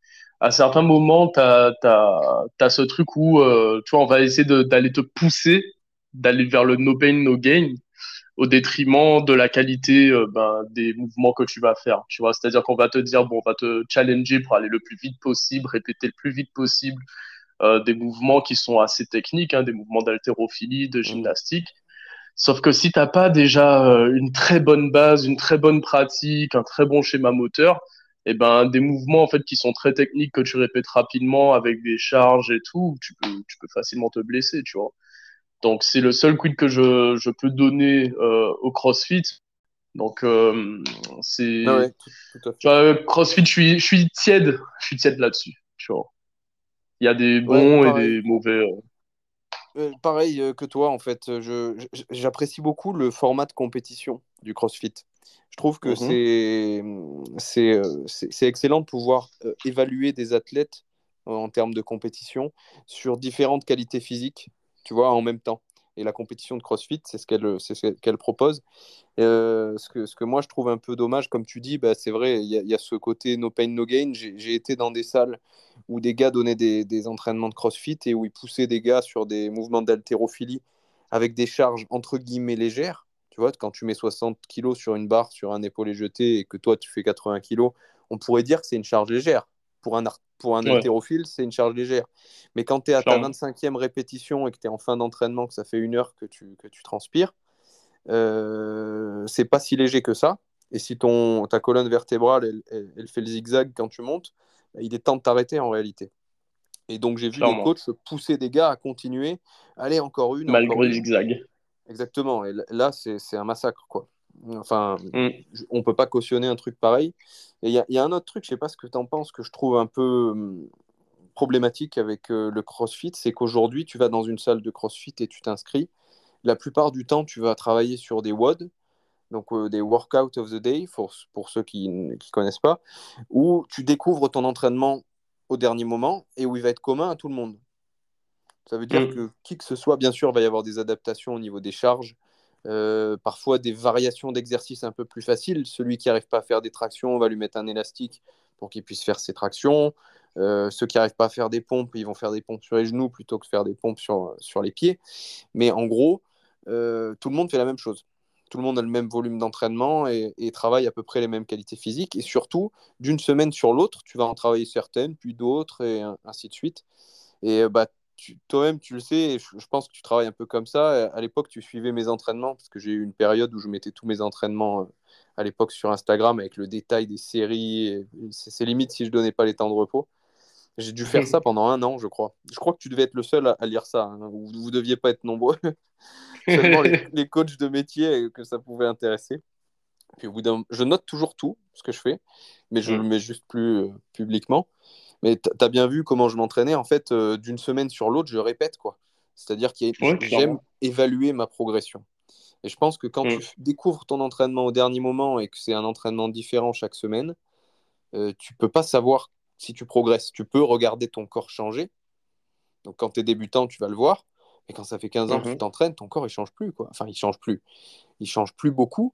à certains moments, t'as, t'as, t'as ce truc où, euh, tu vois, on va essayer de- d'aller te pousser, d'aller vers le no pain, no gain, au détriment de la qualité, euh, ben, des mouvements que tu vas faire. Tu vois, c'est-à-dire qu'on va te dire, bon, on va te challenger pour aller le plus vite possible, répéter le plus vite possible, euh, des mouvements qui sont assez techniques, hein, des mouvements d'haltérophilie, de Mhm. gymnastique. Sauf que si t'as pas déjà euh, une très bonne base, une très bonne pratique, un très bon schéma moteur, et ben des mouvements en fait qui sont très techniques que tu répètes rapidement avec des charges et tout, tu peux tu peux facilement te blesser, tu vois. Donc c'est le seul quid que je je peux donner euh, au CrossFit. Donc euh, Ah c'est ouais, tout, tout à tu fait. vois CrossFit, je suis je suis tiède, je suis tiède là-dessus, tu vois. Il y a des Ouais, bons et pareil. des mauvais. euh. Euh, pareil euh, que toi, en fait. Je, je- j'apprécie beaucoup le format de compétition du CrossFit. Je trouve que Mhm. c'est, c'est, euh, c'est, c'est excellent de pouvoir euh, évaluer des athlètes euh, en termes de compétition sur différentes qualités physiques, tu vois, en même temps. Et la compétition de CrossFit, c'est ce qu'elle, c'est ce qu'elle propose. Euh, ce que, ce que moi je trouve un peu dommage, comme tu dis, bah, c'est vrai, il y, a- il y a ce côté no pain, no gain. J'ai j'ai été dans des salles où des gars donnaient des, des entraînements de CrossFit et où ils poussaient des gars sur des mouvements d'haltérophilie avec des charges entre guillemets légères. Tu vois, quand tu mets soixante kilos sur une barre, sur un épaulé jeté et que toi tu fais quatre-vingts kilos, on pourrait dire que c'est une charge légère. Pour un, ar- pour un Ouais, haltérophile, c'est une charge légère. Mais quand tu es à ta clairement. vingt-cinquième répétition et que tu es en fin d'entraînement, que ça fait une heure que tu, que tu transpires, euh, c'est pas si léger que ça. Et si ton, ta colonne vertébrale, elle, elle- elle fait le zigzag quand tu montes, bah, il est temps de t'arrêter en réalité. Et donc j'ai vu des Clairement. coachs pousser des gars à continuer. Allez, encore une, Malgré encore le une. zigzag. Exactement. Et là, c'est c'est un massacre, quoi. Enfin, Mm. je- on peut pas cautionner un truc pareil. Et il y a, il y a un autre truc, je sais pas ce que tu en penses, que je trouve un peu hum, problématique avec euh, le CrossFit, c'est qu'aujourd'hui, tu vas dans une salle de CrossFit et tu t'inscris. La plupart du temps, tu vas travailler sur des W O D, donc euh, des Workout of the Day, pour, pour ceux qui ne connaissent pas, où tu découvres ton entraînement au dernier moment et où il va être commun à tout le monde. Ça veut dire Mm. que qui que ce soit, bien sûr, va y avoir des adaptations au niveau des charges, euh, parfois des variations d'exercices un peu plus faciles. Celui qui n'arrive pas à faire des tractions, on va lui mettre un élastique pour qu'il puisse faire ses tractions. Euh, ceux qui n'arrivent pas à faire des pompes, ils vont faire des pompes sur les genoux plutôt que de faire des pompes sur, sur les pieds. Mais en gros, euh, tout le monde fait la même chose. Tout le monde a le même volume d'entraînement et, et travaille à peu près les mêmes qualités physiques. Et surtout, d'une semaine sur l'autre, tu vas en travailler certaines, puis d'autres, et ainsi de suite. Et euh, bah, tu- toi-même, tu le sais, et je, je pense que tu travailles un peu comme ça. À l'époque, tu suivais mes entraînements, parce que j'ai eu une période où je mettais tous mes entraînements euh, à l'époque sur Instagram avec le détail des séries. et C'est c'est limite si je donnais pas les temps de repos. J'ai dû faire ça pendant un an, je crois. Je crois que tu devais être le seul à, à lire ça, hein. Vous, vous deviez pas être nombreux. Seulement les, les coachs de métier euh, que ça pouvait intéresser. Puis au bout d'un, je note toujours tout ce que je fais, mais je le Mm. mets juste plus euh, publiquement. Mais tu as bien vu comment je m'entraînais. En fait, euh, d'une semaine sur l'autre, je répète, quoi. C'est-à-dire que Ouais, j'aime clairement. évaluer ma progression. Et je pense que quand tu Mm. f- découvres ton entraînement au dernier moment et que c'est un entraînement différent chaque semaine, euh, tu peux pas savoir si tu progresses. Tu peux regarder ton corps changer. Donc quand tu es débutant, tu vas le voir. Mais quand ça fait quinze ans que tu Mhm. t'entraînes, ton corps, il change plus, quoi. Enfin, il change plus. Il change plus beaucoup.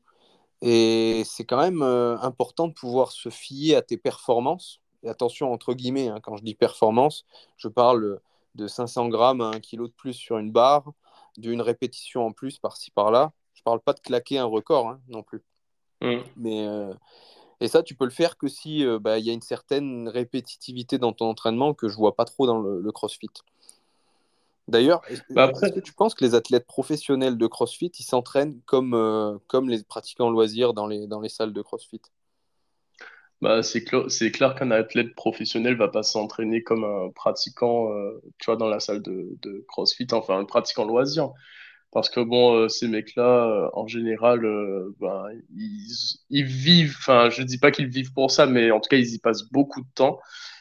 Et c'est quand même euh, important de pouvoir se fier à tes performances. Et attention, entre guillemets, hein, quand je dis performance, je parle de cinq cents grammes à un kilo de plus sur une barre, d'une répétition en plus par-ci par-là. parle pas de claquer un record hein, non plus. Mm. Mais, euh, et ça, tu peux le faire que si euh, bah, y a une certaine répétitivité dans ton entraînement que je vois pas trop dans le, le CrossFit. D'ailleurs, est-ce Bah après, est-ce que tu penses que les athlètes professionnels de CrossFit, ils s'entraînent comme, euh, comme les pratiquants loisirs dans les, dans les salles de CrossFit? bah, c'est clair, c'est clair qu'un athlète professionnel va pas s'entraîner comme un pratiquant, euh, tu vois, dans la salle de, de CrossFit, enfin, un pratiquant loisir. Parce que bon, euh, ces mecs-là, euh, en général, euh, ben, ils, ils vivent, enfin, je dis pas qu'ils vivent pour ça, mais en tout cas, ils y passent beaucoup de temps.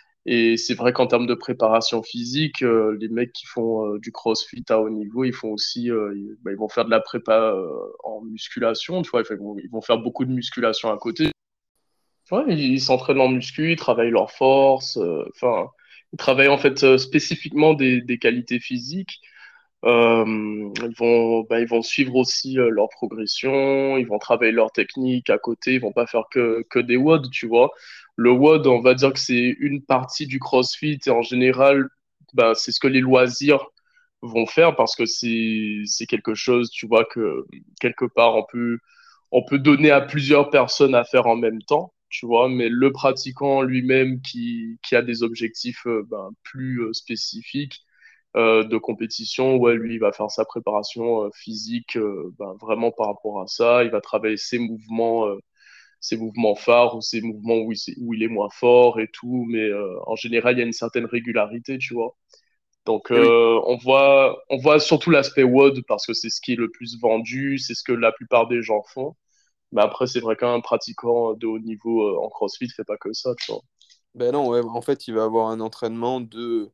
Et c'est vrai qu'en termes de préparation physique, euh, les mecs qui font euh, du CrossFit à haut niveau, ils font aussi, euh, ils, ben, ils vont faire de la prépa euh, en musculation, tu vois, ils vont, ils vont faire beaucoup de musculation à côté. Ouais, ils ils s'entraînent en muscu, ils travaillent leur force, euh, enfin, ils travaillent en fait euh, spécifiquement des, des qualités physiques. Euh, ils vont, ben, ils vont suivre aussi euh, leur progression, ils vont travailler leur technique à côté, ils vont pas faire que, que des W O D, tu vois. Le W O D, on va dire que c'est une partie du CrossFit et en général, ben, c'est ce que les loisirs vont faire parce que c'est, c'est quelque chose, tu vois, que quelque part on peut, on peut donner à plusieurs personnes à faire en même temps, tu vois, mais le pratiquant lui-même qui, qui a des objectifs euh, ben, plus euh, spécifiques, euh, de compétition, ouais, lui, il va faire sa préparation euh, physique euh, ben, vraiment par rapport à ça. Il va travailler ses mouvements, euh, ses mouvements phares ou ses mouvements où il, s'est- où il est moins fort et tout. Mais euh, en général, il y a une certaine régularité, tu vois. Donc, Eh oui. euh, on voit, on voit surtout l'aspect W O D parce que c'est ce qui est le plus vendu, c'est ce que la plupart des gens font. Mais après, c'est vrai qu'un pratiquant de haut niveau euh, en CrossFit fait pas que ça, tu vois. Ben non, ouais, en fait, il va avoir un entraînement de...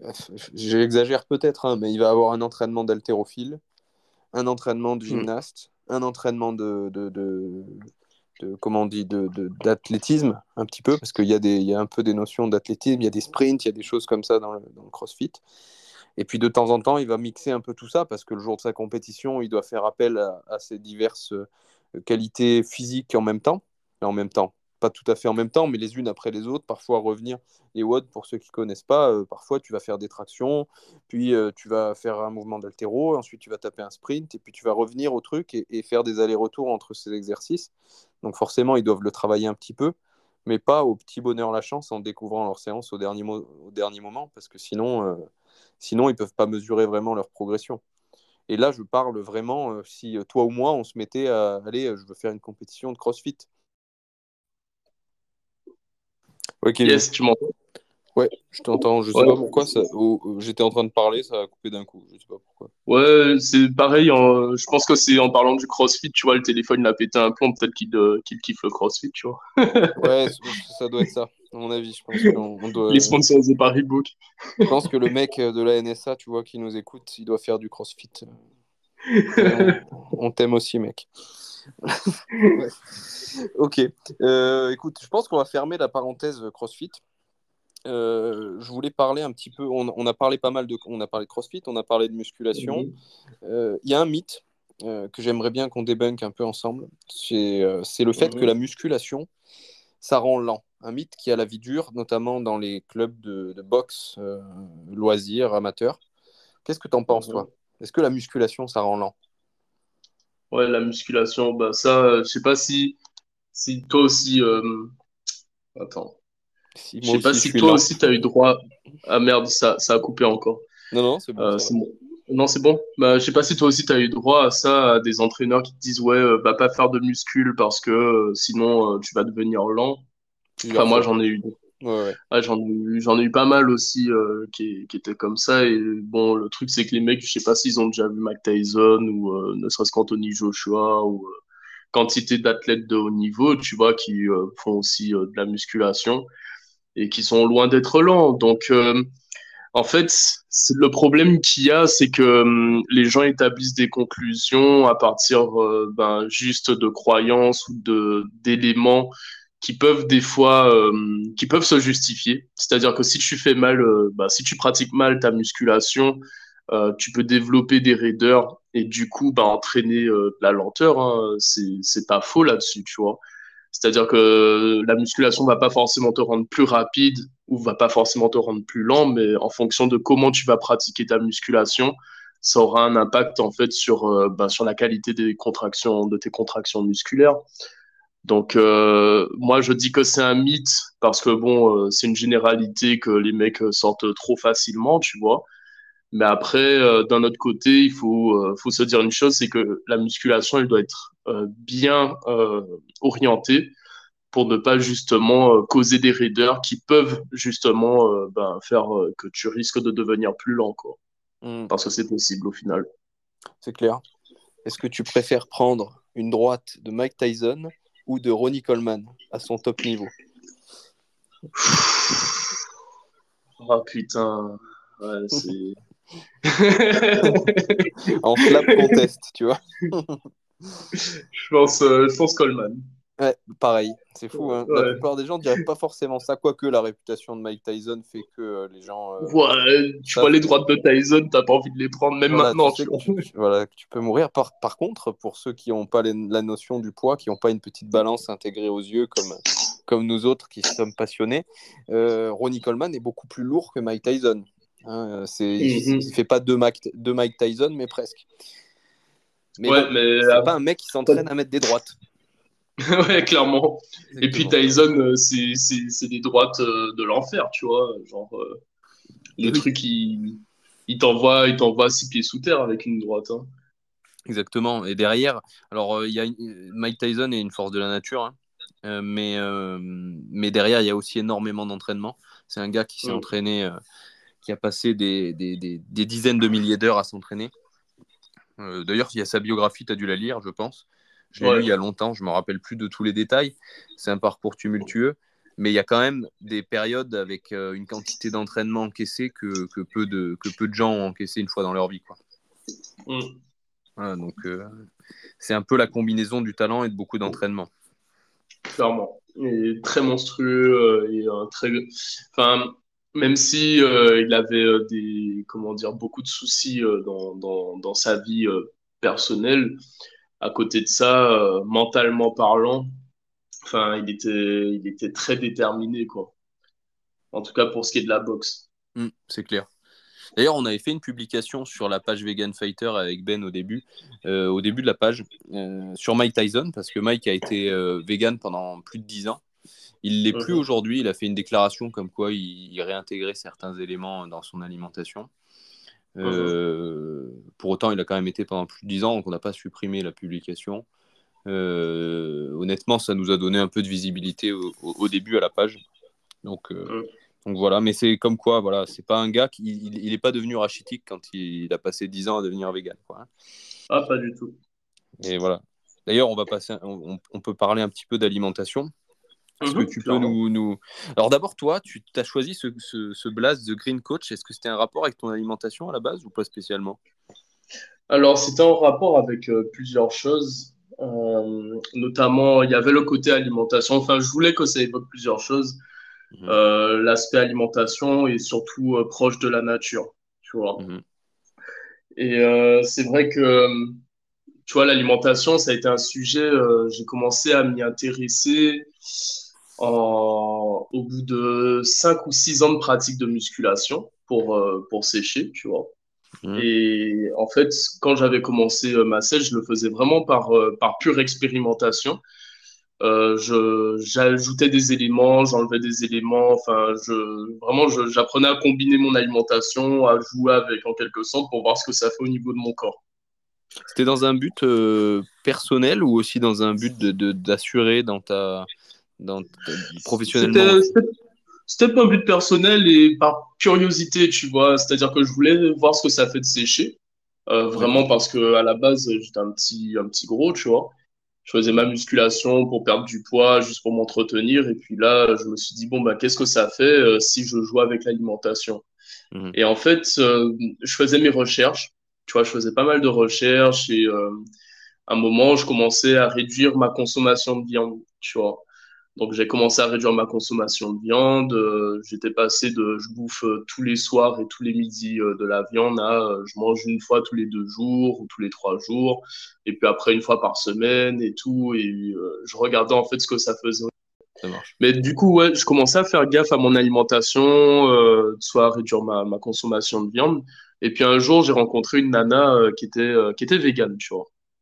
J'exagère peut-être, hein, mais il va avoir un entraînement d'haltérophile, un entraînement de Mm. gymnaste, un entraînement de, de, de, de- comment on dit, de, de- d'athlétisme, un petit peu, parce qu'il y a des, il y a un peu des notions d'athlétisme, il y a des sprints, il y a des choses comme ça dans le, dans le CrossFit. Et puis de temps en temps, il va mixer un peu tout ça, parce que le jour de sa compétition, il doit faire appel à, à ces diverses euh, qualités physiques en même temps, et en même temps. Pas tout à fait en même temps, mais les unes après les autres, parfois revenir. Les W O D, pour ceux qui ne connaissent pas, euh, parfois tu vas faire des tractions, puis euh, tu vas faire un mouvement d'haltéro, ensuite tu vas taper un sprint, et puis tu vas revenir au truc et, et faire des allers-retours entre ces exercices. Donc forcément, ils doivent le travailler un petit peu, mais pas au petit bonheur la chance en découvrant leur séance au dernier, mo- au dernier moment, parce que sinon, euh, sinon ils ne peuvent pas mesurer vraiment leur progression. Et là, je parle vraiment, euh, si euh, toi ou moi, on se mettait à aller, euh, je veux faire une compétition de CrossFit. Ouais, Kevin. Yes, tu m'entends? Ouais, je t'entends. Je sais pas Ouais. pourquoi ça. oh, oh, j'étais en train de parler, ça a coupé d'un coup. Je sais pas pourquoi. Ouais, c'est pareil. En- je pense que c'est en parlant du CrossFit, tu vois, le téléphone il a pété un plomb, peut-être qu'il euh, qu'il kiffe le CrossFit, tu vois. Ouais, c- ça doit être ça. À mon avis, je pense qu'on on Il est doit. sponsorisé par Reebok. Je pense que le mec de la N S A, tu vois, qui nous écoute, il doit faire du CrossFit. Et on, on t'aime aussi, mec. Ouais. Ok. Euh, écoute, je pense qu'on va fermer la parenthèse CrossFit. Euh, je voulais parler un petit peu. On, on a parlé pas mal de. On a parlé de CrossFit, on a parlé de musculation. Mhm. Euh, Il y a un mythe euh, que j'aimerais bien qu'on débunk un peu ensemble. C'est euh, c'est le fait que Mhm. la musculation, ça rend lent. Un mythe qui a la vie dure, notamment dans les clubs de, de boxe, euh, loisirs, amateurs. Qu'est-ce que t'en penses, Mhm. toi? Est-ce que la musculation, ça rend lent? Ouais, la musculation, bah ça, euh, je sais pas si, si toi aussi, euh, attends, Si je moi sais pas aussi, je si suis toi lent. aussi t'as eu droit. Ah merde, ça, ça a coupé encore. Non, non, c'est bon, Euh, ça va. c'est bon. Non, c'est bon. Bah, je sais pas si toi aussi t'as eu droit à ça, à des entraîneurs qui te disent ouais, euh, va pas faire de muscu parce que euh, sinon euh, tu vas devenir lent. Enfin, Plusieurs moi fois. j'en ai eu. Ouais, ouais. Ah, j'en ai eu, j'en ai eu pas mal aussi euh, qui, qui étaient comme ça. Et bon, le truc, c'est que les mecs, je sais pas s'ils ont déjà vu Mike Tyson ou euh, ne serait-ce qu'Anthony Joshua ou euh, quantité d'athlètes de haut niveau, tu vois, qui euh, font aussi euh, de la musculation et qui sont loin d'être lents. Donc, euh, en fait, c'est le problème qu'il y a, c'est que hum, les gens établissent des conclusions à partir euh, ben, juste de croyances ou de d'éléments qui peuvent des fois euh, qui peuvent se justifier. C'est-à-dire que si tu fais mal, euh, bah, si tu pratiques mal ta musculation, euh, tu peux développer des raideurs et du coup bah, entraîner euh, de la lenteur. Hein. C'est c'est pas faux là-dessus, tu vois. C'est-à-dire que la musculation va pas forcément te rendre plus rapide ou va pas forcément te rendre plus lent, mais en fonction de comment tu vas pratiquer ta musculation, ça aura un impact en fait sur, euh, bah, sur la qualité des contractions, de tes contractions musculaires. Donc, euh, moi, je dis que c'est un mythe parce que bon, euh, c'est une généralité que les mecs sortent trop facilement, tu vois. Mais après, euh, d'un autre côté, il faut, euh, faut se dire une chose, c'est que la musculation, elle doit être euh, bien euh, orientée pour ne pas justement euh, causer des raideurs qui peuvent justement euh, ben, faire euh, que tu risques de devenir plus lent, quoi. Mm, Parce que c'est possible au final. c'est clair. Est-ce que tu préfères prendre une droite de Mike Tyson ou de Ronnie Coleman à son top niveau? Ah putain, ouais, c'est. En slap contest, tu vois. Je pense, euh, je pense Coleman. Ouais, pareil, c'est fou, hein. La Ouais. plupart des gens diraient pas forcément ça, quoique la réputation de Mike Tyson fait que euh, les gens euh, Ouais, tu vois savent les que, droites de Tyson, t'as pas envie de les prendre même voilà, tu maintenant, sais tu que vois. tu, tu- voilà, que tu peux mourir. Par, par contre, pour ceux qui n'ont pas les- la notion du poids, qui n'ont pas une petite balance intégrée aux yeux comme, comme nous autres qui sommes passionnés, euh, Ronnie Coleman est beaucoup plus lourd que Mike Tyson. Hein, euh, c'est, il, il Mhm. fait pas deux Mike, deux Mike Tyson, mais presque. Mais bon, Ouais, mais c'est pas un mec qui après, s'entraîne à mettre des droites. ouais, clairement. Et puis Exactement. Tyson, euh, c'est c'est c'est des droites euh, de l'enfer, tu vois, genre euh, Et les oui, trucs il il t'envoie il t'envoie six pieds sous terre avec une droite, hein. exactement. Et derrière, alors euh, il y a une- Mike Tyson est une force de la nature, hein. Euh, mais, euh, mais derrière, il y a aussi énormément d'entraînement. C'est un gars qui s'est Mm. entraîné, euh, qui a passé des, des, des, des dizaines de milliers d'heures à s'entraîner. Euh, d'ailleurs, il y a sa biographie, tu as dû la lire, je pense. Je l'ai lu Ouais. il y a longtemps, je me rappelle plus de tous les détails. C'est un parcours tumultueux, mais il y a quand même des périodes avec euh, une quantité d'entraînement encaissée que, que, peu de, que peu de gens ont encaissé une fois dans leur vie, quoi. Mm. Voilà, donc euh, c'est un peu la combinaison du talent et de beaucoup d'entraînement. Clairement. Il est très monstrueux euh, et un très, enfin, même si euh, il avait euh, des, comment dire, beaucoup de soucis euh, dans, dans, dans sa vie euh, personnelle, à côté de ça, euh, mentalement parlant, enfin, il était, il était très déterminé, quoi. En tout cas pour ce qui est de la boxe. Mm, c'est clair. D'ailleurs, on avait fait une publication sur la page Vegan Fighter avec Ben au début, euh, au début de la page, euh, sur Mike Tyson, parce que Mike a été euh, vegan pendant plus de dix ans. Il l'est plus Mhm. aujourd'hui. Il a fait une déclaration comme quoi il, il réintégrait certains éléments dans son alimentation. Mhm. Euh, pour autant, il a quand même été pendant plus de dix ans, donc on n'a pas supprimé la publication. Euh, honnêtement, ça nous a donné un peu de visibilité au, au- au début à la page. Donc, euh, Mhm. donc voilà, mais c'est comme quoi, voilà, c'est pas un gars qui il, il est pas devenu rachitique quand il, il a passé dix ans à devenir vegan, quoi, hein. Ah, pas du tout. Et voilà. D'ailleurs, on va passer, on, on peut parler un petit peu d'alimentation. Est-ce que Mhm, tu peux clairement. nous, nous... Alors d'abord, toi, tu as choisi ce, ce, ce blaze The Green Coach. Est-ce que c'était un rapport avec ton alimentation à la base ou pas spécialement? Alors, c'était en rapport avec euh, plusieurs choses. Euh, notamment, il y avait le côté alimentation. Enfin, je voulais que ça évoque plusieurs choses. Mhm, Euh, l'aspect alimentation et surtout euh, proche de la nature, tu vois. mhm, Et euh, c'est vrai que, euh, tu vois, l'alimentation, ça a été un sujet, euh, j'ai commencé à m'y intéresser en, au bout de cinq ou six ans de pratique de musculation pour, euh, pour sécher, tu vois. mhm. Et en fait, quand j'avais commencé euh, ma sèche, je le faisais vraiment par, euh, par pure expérimentation. Euh, je, j'ajoutais des éléments, j'enlevais des éléments. Enfin, je, vraiment, je, j'apprenais à combiner mon alimentation, à jouer avec en quelque sorte pour voir ce que ça fait au niveau de mon corps. C'était dans un but euh, personnel ou aussi dans un but de, de- d'assurer dans ta, dans ta- professionnellement C'était, aussi? c'était, c'était pas un but personnel et par curiosité, tu vois. C'est-à-dire que je voulais voir ce que ça fait de sécher. Euh, D'accord. vraiment parce que à la base, j'étais un petit, un petit gros, tu vois. Je faisais ma musculation pour perdre du poids, juste pour m'entretenir. Et puis là, je me suis dit, bon, bah, qu'est-ce que ça fait euh, si je joue avec l'alimentation? Mhm. Et en fait, euh, je faisais mes recherches. Tu vois, je faisais pas mal de recherches et euh, à un moment, je commençais à réduire ma consommation de viande, tu vois. Donc, j'ai commencé à réduire ma consommation de viande. Euh, j'étais passé de je bouffe euh, tous les soirs et tous les midis euh, de la viande à euh, je mange une fois tous les deux jours ou tous les trois jours. Et puis après, une fois par semaine et tout. Et euh, je regardais en fait ce que ça faisait. Ça marche. Mais du coup, ouais, je commençais à faire gaffe à mon alimentation, euh, soit à réduire ma, ma consommation de viande. Et puis un jour, j'ai rencontré une nana euh, qui était, euh, qui était végane, tu vois,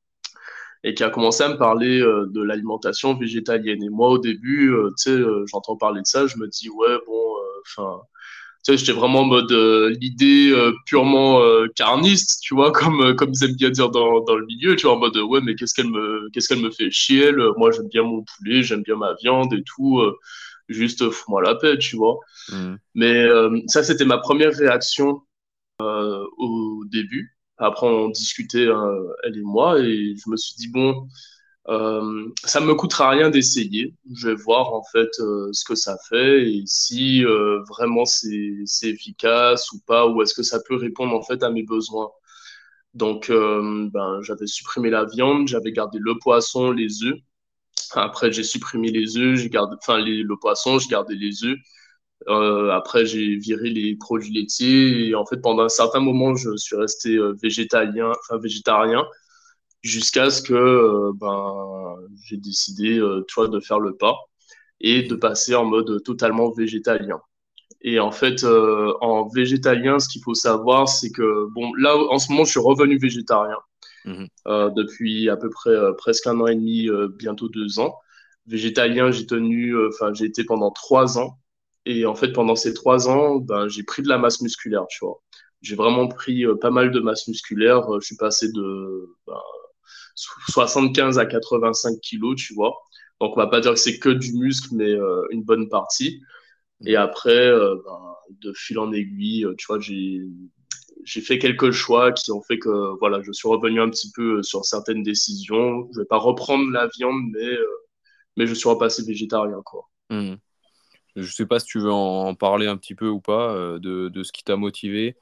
et qui a commencé à me parler euh, de l'alimentation végétalienne. Et moi, au début, euh, tu sais, euh, j'entends parler de ça, je me dis, ouais, bon, enfin, tu sais, j'étais vraiment en mode euh, l'idée euh, purement euh, carniste, tu vois, comme euh, comme ils aiment bien dire dans dans le milieu, tu vois, en mode euh, ouais, mais qu'est-ce qu'elle me qu'est-ce qu'elle me fait chier, elle. Moi, j'aime bien mon poulet, j'aime bien ma viande et tout, euh, juste euh, fous-moi la paix, tu vois. Mhm. Mais euh, ça, c'était ma première réaction euh, au début. Après, on discutait, euh, elle et moi, et je me suis dit, bon, euh, ça me coûtera rien d'essayer. Je vais voir en fait euh, ce que ça fait et si euh, vraiment c'est c'est efficace ou pas, ou est-ce que ça peut répondre en fait à mes besoins. Donc, euh, ben, j'avais supprimé la viande, j'avais gardé le poisson, les œufs. Après, j'ai supprimé les œufs, j'ai gardé, enfin les, le poisson, j'ai gardé les œufs. Euh, après, j'ai viré les produits laitiers et en fait, pendant un certain moment, je suis resté euh, végétalien, enfin végétarien, jusqu'à ce que euh, ben j'ai décidé, euh, tu vois, de faire le pas et de passer en mode totalement végétalien. Et en fait, euh, en végétalien, ce qu'il faut savoir, c'est que bon, là, en ce moment, je suis revenu végétarien Mhm. euh, depuis à peu près euh, presque un an et demi, euh, bientôt deux ans. Végétalien, j'ai tenu, euh, enfin, j'ai été pendant trois ans. Et en fait, pendant ces trois ans, ben, j'ai pris de la masse musculaire, tu vois. J'ai vraiment pris euh, pas mal de masse musculaire. Euh, Je suis passé de ben, soixante-quinze à quatre-vingt-cinq kilos, tu vois. Donc, on va pas dire que c'est que du muscle, mais euh, une bonne partie. Et Mhm. après, euh, ben, de fil en aiguille, euh, tu vois, j'ai j'ai fait quelques choix qui ont fait que voilà, je suis revenu un petit peu euh, sur certaines décisions. Je vais pas reprendre la viande, mais euh, mais je suis repassé végétarien, quoi. Mhm. Je sais pas si tu veux en en parler un petit peu ou pas euh, de, de ce qui t'a motivé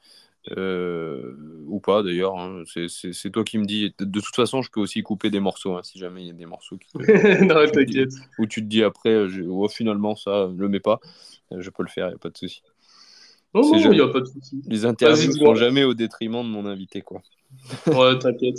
euh, ou pas d'ailleurs. Hein. C'est, c'est, c'est toi qui me dis. De, de toute façon, je peux aussi couper des morceaux hein, si jamais il y a des morceaux qui te, Non, tu te dis, t'inquiète. où tu te dis après, euh, je, oh, finalement, ça, je le mets pas. Euh, Je peux le faire, il n'y a pas de souci. Non, C'est non, il y jamais, a pas de souci. les Vas-y, interviews sont dis-moi. jamais au détriment de mon invité, quoi. Ouais, t'inquiète.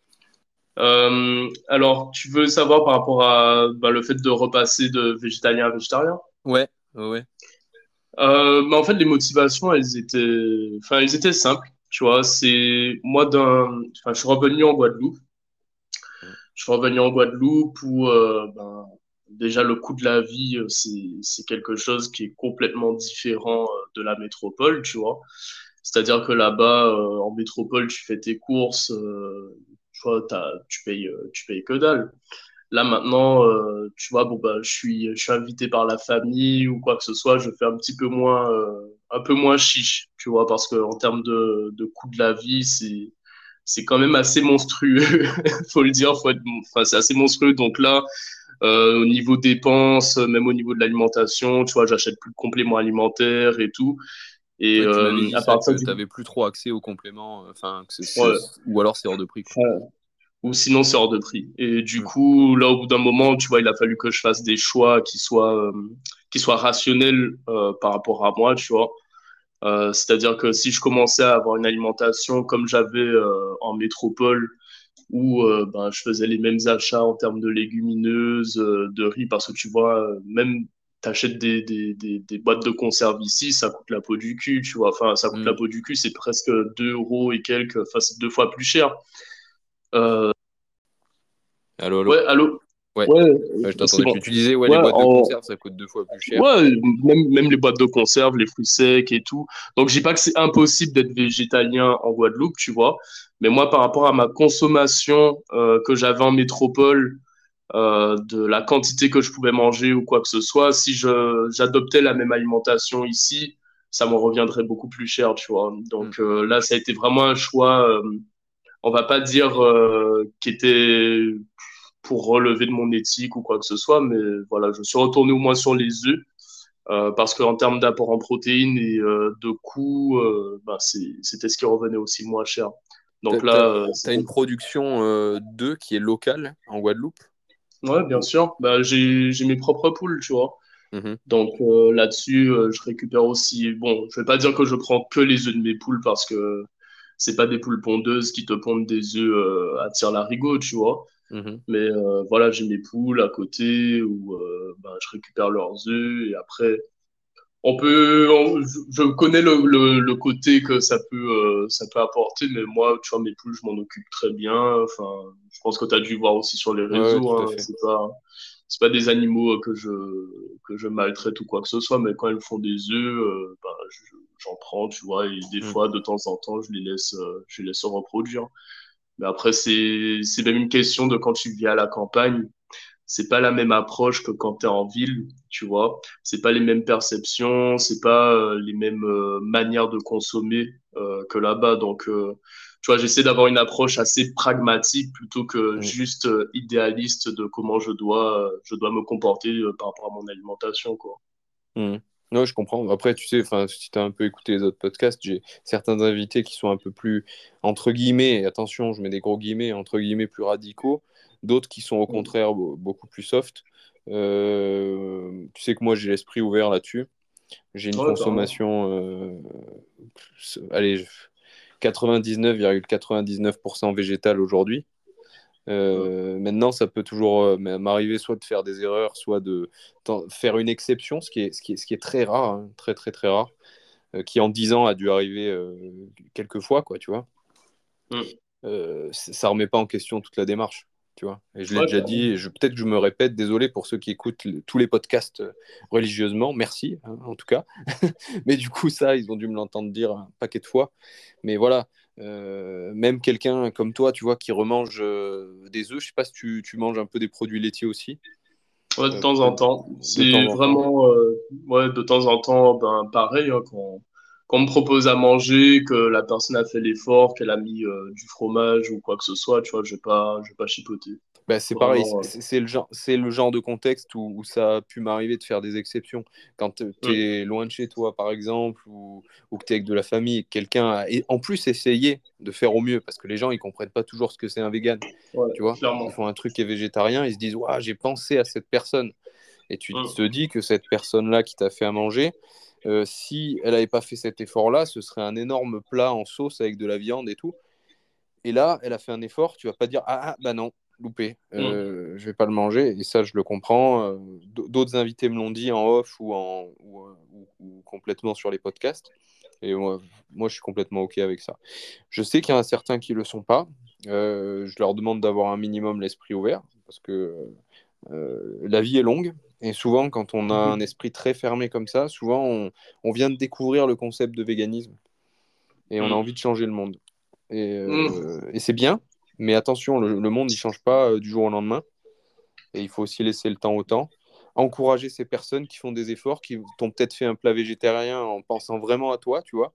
Euh, alors, tu veux savoir par rapport à bah, le fait de repasser de végétalien à végétarien? Ouais, ouais, ouais. Euh, mais en fait, les motivations, elles étaient, enfin, elles étaient simples. Tu vois, c'est moi d'un, enfin, je suis revenu en Guadeloupe. Je suis revenu en Guadeloupe où euh, ben, déjà le coût de la vie, euh, c'est c'est quelque chose qui est complètement différent euh, de la métropole, tu vois. C'est-à-dire que là-bas, euh, en métropole, tu fais tes courses, euh, tu vois, t'as, tu payes, euh, tu payes que dalle. Là maintenant, euh, tu vois, bon bah, je suis, je suis invité par la famille ou quoi que ce soit, je fais un petit peu moins, euh, un peu moins chiche, tu vois, parce que en termes de, de coût de la vie, c'est, c'est quand même assez monstrueux, faut le dire, faut être, enfin, c'est assez monstrueux. Donc là, euh, au niveau dépenses, même au niveau de l'alimentation, tu vois, j'achète plus de compléments alimentaires et tout. Et Ouais, tu m'avais euh, dit à ça, partir que du, tu n'avais plus trop accès aux compléments, euh, enfin, que c'est, ouais, c'est- ou alors c'est hors de prix, quoi. ou sinon c'est hors de prix. Et du Mm. coup, là, au bout d'un moment, tu vois, il a fallu que je fasse des choix qui soient, euh, qui soient rationnels euh, par rapport à moi, tu vois. Euh, c'est-à-dire que si je commençais à avoir une alimentation comme j'avais euh, en métropole, où euh, ben, je faisais les mêmes achats en termes de légumineuses, euh, de riz, parce que tu vois, euh, même t'achètes des, des, des, des boîtes de conserve ici, ça coûte la peau du cul, tu vois. Enfin, ça coûte la Mm. peau du cul, c'est presque deux euros et quelques, enfin, c'est deux fois plus cher. Euh, Allô, allô? ouais, allô? Ouais, Ouais, ouais, je c'est t'entendais plus. bon. Tu disais, ouais, les Ouais, boîtes de en, conserve, ça coûte deux fois plus cher. ouais, même, même les boîtes de conserve, les fruits secs et tout. Donc, je dis pas que c'est impossible d'être végétalien en Guadeloupe, tu vois. Mais moi, par rapport à ma consommation euh, que j'avais en métropole, euh, de la quantité que je pouvais manger ou quoi que ce soit, si je j'adoptais la même alimentation ici, ça me reviendrait beaucoup plus cher, tu vois. Mm. Donc euh, là, ça a été vraiment un choix, euh, on va pas dire euh, qui était pour relever de mon éthique ou quoi que ce soit, mais voilà, je suis retourné au moins sur les œufs. Euh, parce qu'en termes d'apport en protéines et euh, de coût, euh, bah, c'est- c'était ce qui revenait aussi le moins cher. T'as, Donc t'as- là, euh, t'as c'était- une production euh, d'œufs qui est locale en Guadeloupe? ouais, bien Ou- sûr, bah, j'ai j'ai mes propres poules, tu vois. Mhm. Donc euh, là-dessus, euh, je récupère aussi. Bon, je vais pas dire que je prends que les œufs de mes poules parce que c'est pas des poules pondeuses qui te pondent des œufs euh, à tire-larigot, tu vois. Mhm. Mais euh, voilà, j'ai mes poules à côté où euh, ben, je récupère leurs œufs et après, On peut, on- je je connais le, le, le côté que ça peut, euh, ça peut apporter, mais moi, tu vois, mes poules, je m'en occupe très bien. Enfin, je pense que tu as dû voir aussi sur les Ouais, ouais, réseaux, tout à hein. fait. C'est pas, c'est pas des animaux que je, que je maltraite ou quoi que ce soit, mais quand elles font des œufs, euh, bah, je- j'en prends, tu vois, et des Mm. fois, de temps en temps, je les laisse, euh, je les laisse se reproduire. Mais après, c'est, c'est même une question de quand tu vis à la campagne. C'est pas la même approche que quand tu es en ville, tu vois. C'est pas les mêmes perceptions, c'est pas euh, les mêmes euh, manières de consommer euh, que là-bas. Donc, euh, tu vois, j'essaie d'avoir une approche assez pragmatique plutôt que Mm. juste euh, idéaliste de comment je dois, euh, je dois me comporter euh, par rapport à mon alimentation, quoi. Mm. Ouais, je comprends. Après, tu sais, enfin, si tu as un peu écouté les autres podcasts, j'ai certains invités qui sont un peu plus, entre guillemets, et attention, je mets des gros guillemets, entre guillemets, plus radicaux, d'autres qui sont au Mm. contraire be- beaucoup plus soft. Euh, tu sais que moi, j'ai l'esprit ouvert là-dessus. J'ai une Ouais, carrément. consommation, euh, allez, quatre-vingt-dix-neuf virgule quatre-vingt-dix-neuf pour cent végétale aujourd'hui. Mm. Euh, maintenant, ça peut toujours euh, m'arriver soit de faire des erreurs, soit de t'en- faire une exception, ce qui est, ce qui est, ce qui est très rare, hein, très très très rare, euh, qui en dix ans a dû arriver euh, quelques fois, quoi, tu vois. Mm. Euh, c- ça remet pas en question toute la démarche, tu vois. Et je l'ai Ouais, déjà carrément. dit, et je, peut-être que je me répète, désolé pour ceux qui écoutent le- tous les podcasts euh, religieusement, merci, hein, en tout cas. Mais du coup, ça, ils ont dû me l'entendre dire un paquet de fois. Mais voilà, euh, même quelqu'un comme toi, tu vois, qui remange euh, des œufs, je sais pas si tu, tu manges un peu des produits laitiers aussi, Ouais, de euh, temps en peut-être temps. de temps C'est en temps. vraiment, euh, ouais, de temps en temps, ben, pareil, hein, quand, quand on me propose à manger, que la personne a fait l'effort, qu'elle a mis euh, du fromage ou quoi que ce soit, tu vois, je vais pas, je vais pas chipoter. Bah, c'est pareil, Vraiment. c'est c'est le genre, c'est le genre de contexte où, où ça a pu m'arriver de faire des exceptions. Quand tu euh, es loin de chez toi, par exemple, ou, ou que tu es avec de la famille, et que quelqu'un a et en plus essayé de faire au mieux, parce que les gens, ils comprennent pas toujours ce que c'est un vegan. mm, ouais, Tu vois, ils clairement. font un truc qui est végétarien, ils se disent, ouais, j'ai pensé à cette personne. Et tu te Mm, dis que cette personne-là qui t'a fait à manger, euh, si elle n'avait pas fait cet effort-là, ce serait un énorme plat en sauce avec de la viande et tout. Et là, elle a fait un effort, tu vas pas dire ah, ah bah non, loupé, mm, euh, je vais pas le manger. Et ça, je le comprends. Euh, D'autres invités me l'ont dit en off ou, en, ou, euh, ou- ou complètement sur les podcasts. Et moi, moi, je suis complètement OK avec ça. Je sais qu'il y en a certains qui le sont pas. Euh, je leur demande d'avoir un minimum l'esprit ouvert parce que euh, la vie est longue. Et souvent, quand on a un mm, esprit très fermé comme ça, souvent, on, on vient de découvrir le concept de véganisme et on a envie de changer le monde. Et, mm, euh, et c'est bien, mais attention, le, le monde, il change pas euh, du jour au lendemain. Et il faut aussi laisser le temps au temps. Encourager ces personnes qui font des efforts, qui t'ont peut-être fait un plat végétarien en pensant vraiment à toi, tu vois,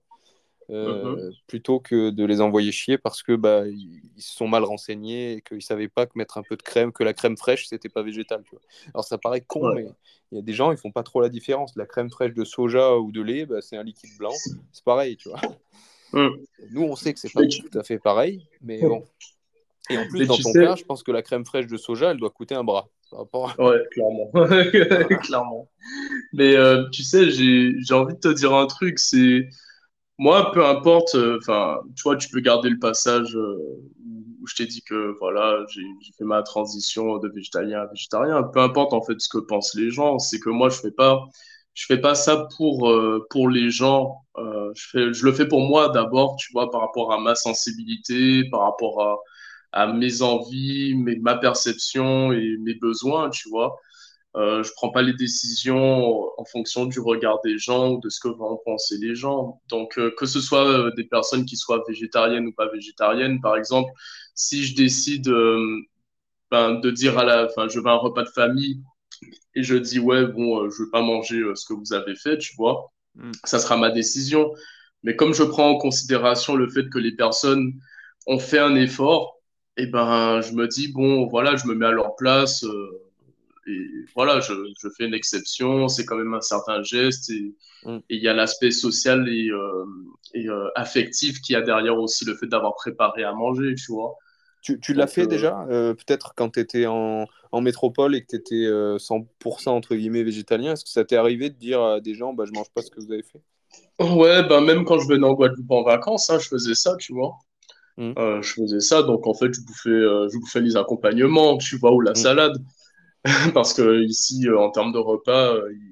mm, euh, plutôt que de les envoyer chier parce que bah, ils, ils se sont mal renseignés et qu'ils ne savaient pas que mettre un peu de crème, que la crème fraîche, c'était pas végétal. Tu vois. Alors ça paraît con, ouais. mais il y a des gens, ils font pas trop la différence. La crème fraîche de soja ou de lait, bah, c'est un liquide blanc. C'est pareil, tu vois. Mm. Nous, on sait que c'est pas Mais tu, tout à fait pareil, mais bon. Et en plus, mais dans tu ton sais, cas, je pense que la crème fraîche de soja, elle doit coûter un bras. Par rapport à... ouais, clairement. Voilà. Clairement. Mais euh, tu sais, j'ai, j'ai envie de te dire un truc, c'est moi, peu importe, euh, enfin, tu vois, tu peux garder le passage euh, où je t'ai dit que voilà, j'ai j'ai fait ma transition de végétalien à végétarien. Peu importe en fait ce que pensent les gens, c'est que moi, je fais pas, je fais pas ça pour euh, pour les gens. Euh, je fais, je le fais pour moi d'abord, tu vois, par rapport à ma sensibilité, par rapport à à mes envies, mes, ma perception et mes besoins, tu vois. Euh, je prends pas les décisions en fonction du regard des gens ou de ce que vont penser les gens. Donc, euh, que ce soit euh, des personnes qui soient végétariennes ou pas végétariennes, par exemple, si je décide euh, ben, de dire à la, enfin, je vais à un repas de famille et je dis ouais, bon, euh, je veux pas manger euh, ce que vous avez fait, tu vois, Mm. ça sera ma décision. Mais comme je prends en considération le fait que les personnes ont fait un effort, et ben, je me dis bon, voilà, je me mets à leur place. Euh, et voilà, je, je fais une exception, c'est quand même un certain geste et Mm. et il y a l'aspect social et, euh, et euh, affectif qui a derrière aussi le fait d'avoir préparé à manger, tu vois. Tu, tu l'as Donc, fait euh, déjà, euh, peut-être quand tu étais en, en métropole et que tu étais euh, cent pour cent entre guillemets végétalien. Est-ce que ça t'est arrivé de dire à des gens, bah, je mange pas ce que vous avez fait? ouais, ben même quand je venais en Guadeloupe en vacances, hein, je faisais ça, tu vois. Mm. Euh, je faisais ça, donc en fait, je bouffais, euh, je bouffais les accompagnements, tu vois, ou la Mm. salade. Parce que ici, euh, en termes de repas, euh,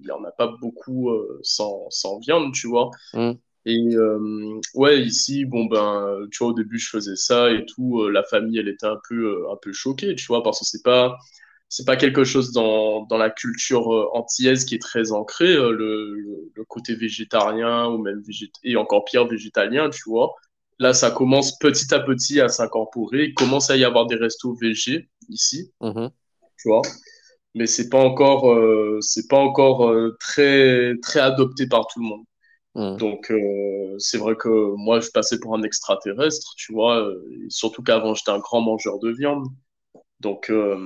il y en a pas beaucoup euh, sans, sans viande, tu vois. Mm. Et euh, ouais, ici, bon ben, tu vois, au début, je faisais ça et tout. Euh, la famille, elle était un peu, euh, un peu choquée, tu vois, parce que c'est pas, c'est pas quelque chose dans, dans la culture euh, antillaise qui est très ancré, euh, le, le, le côté végétarien ou même végét et encore pire végétalien, tu vois. Là, ça commence petit à petit à s'incorporer. Il commence à y avoir des restos végés ici, Mhm. tu vois. Mais c'est pas encore, euh, c'est pas encore euh, très, très adopté par tout le monde. Mm. Donc, euh, c'est vrai que moi, je passais pour un extraterrestre, tu vois, euh, et surtout qu'avant, j'étais un grand mangeur de viande. Donc, euh,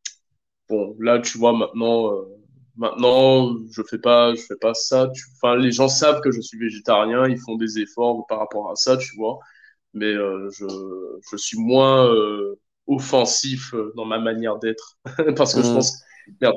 bon, là, tu vois, maintenant, euh, maintenant, je fais pas, je fais pas ça. Tu... Enfin, les gens savent que je suis végétarien, ils font des efforts par rapport à ça, tu vois. Mais euh, je, je suis moins euh, offensif euh, dans ma manière d'être. Parce que je Mm. pense, merde,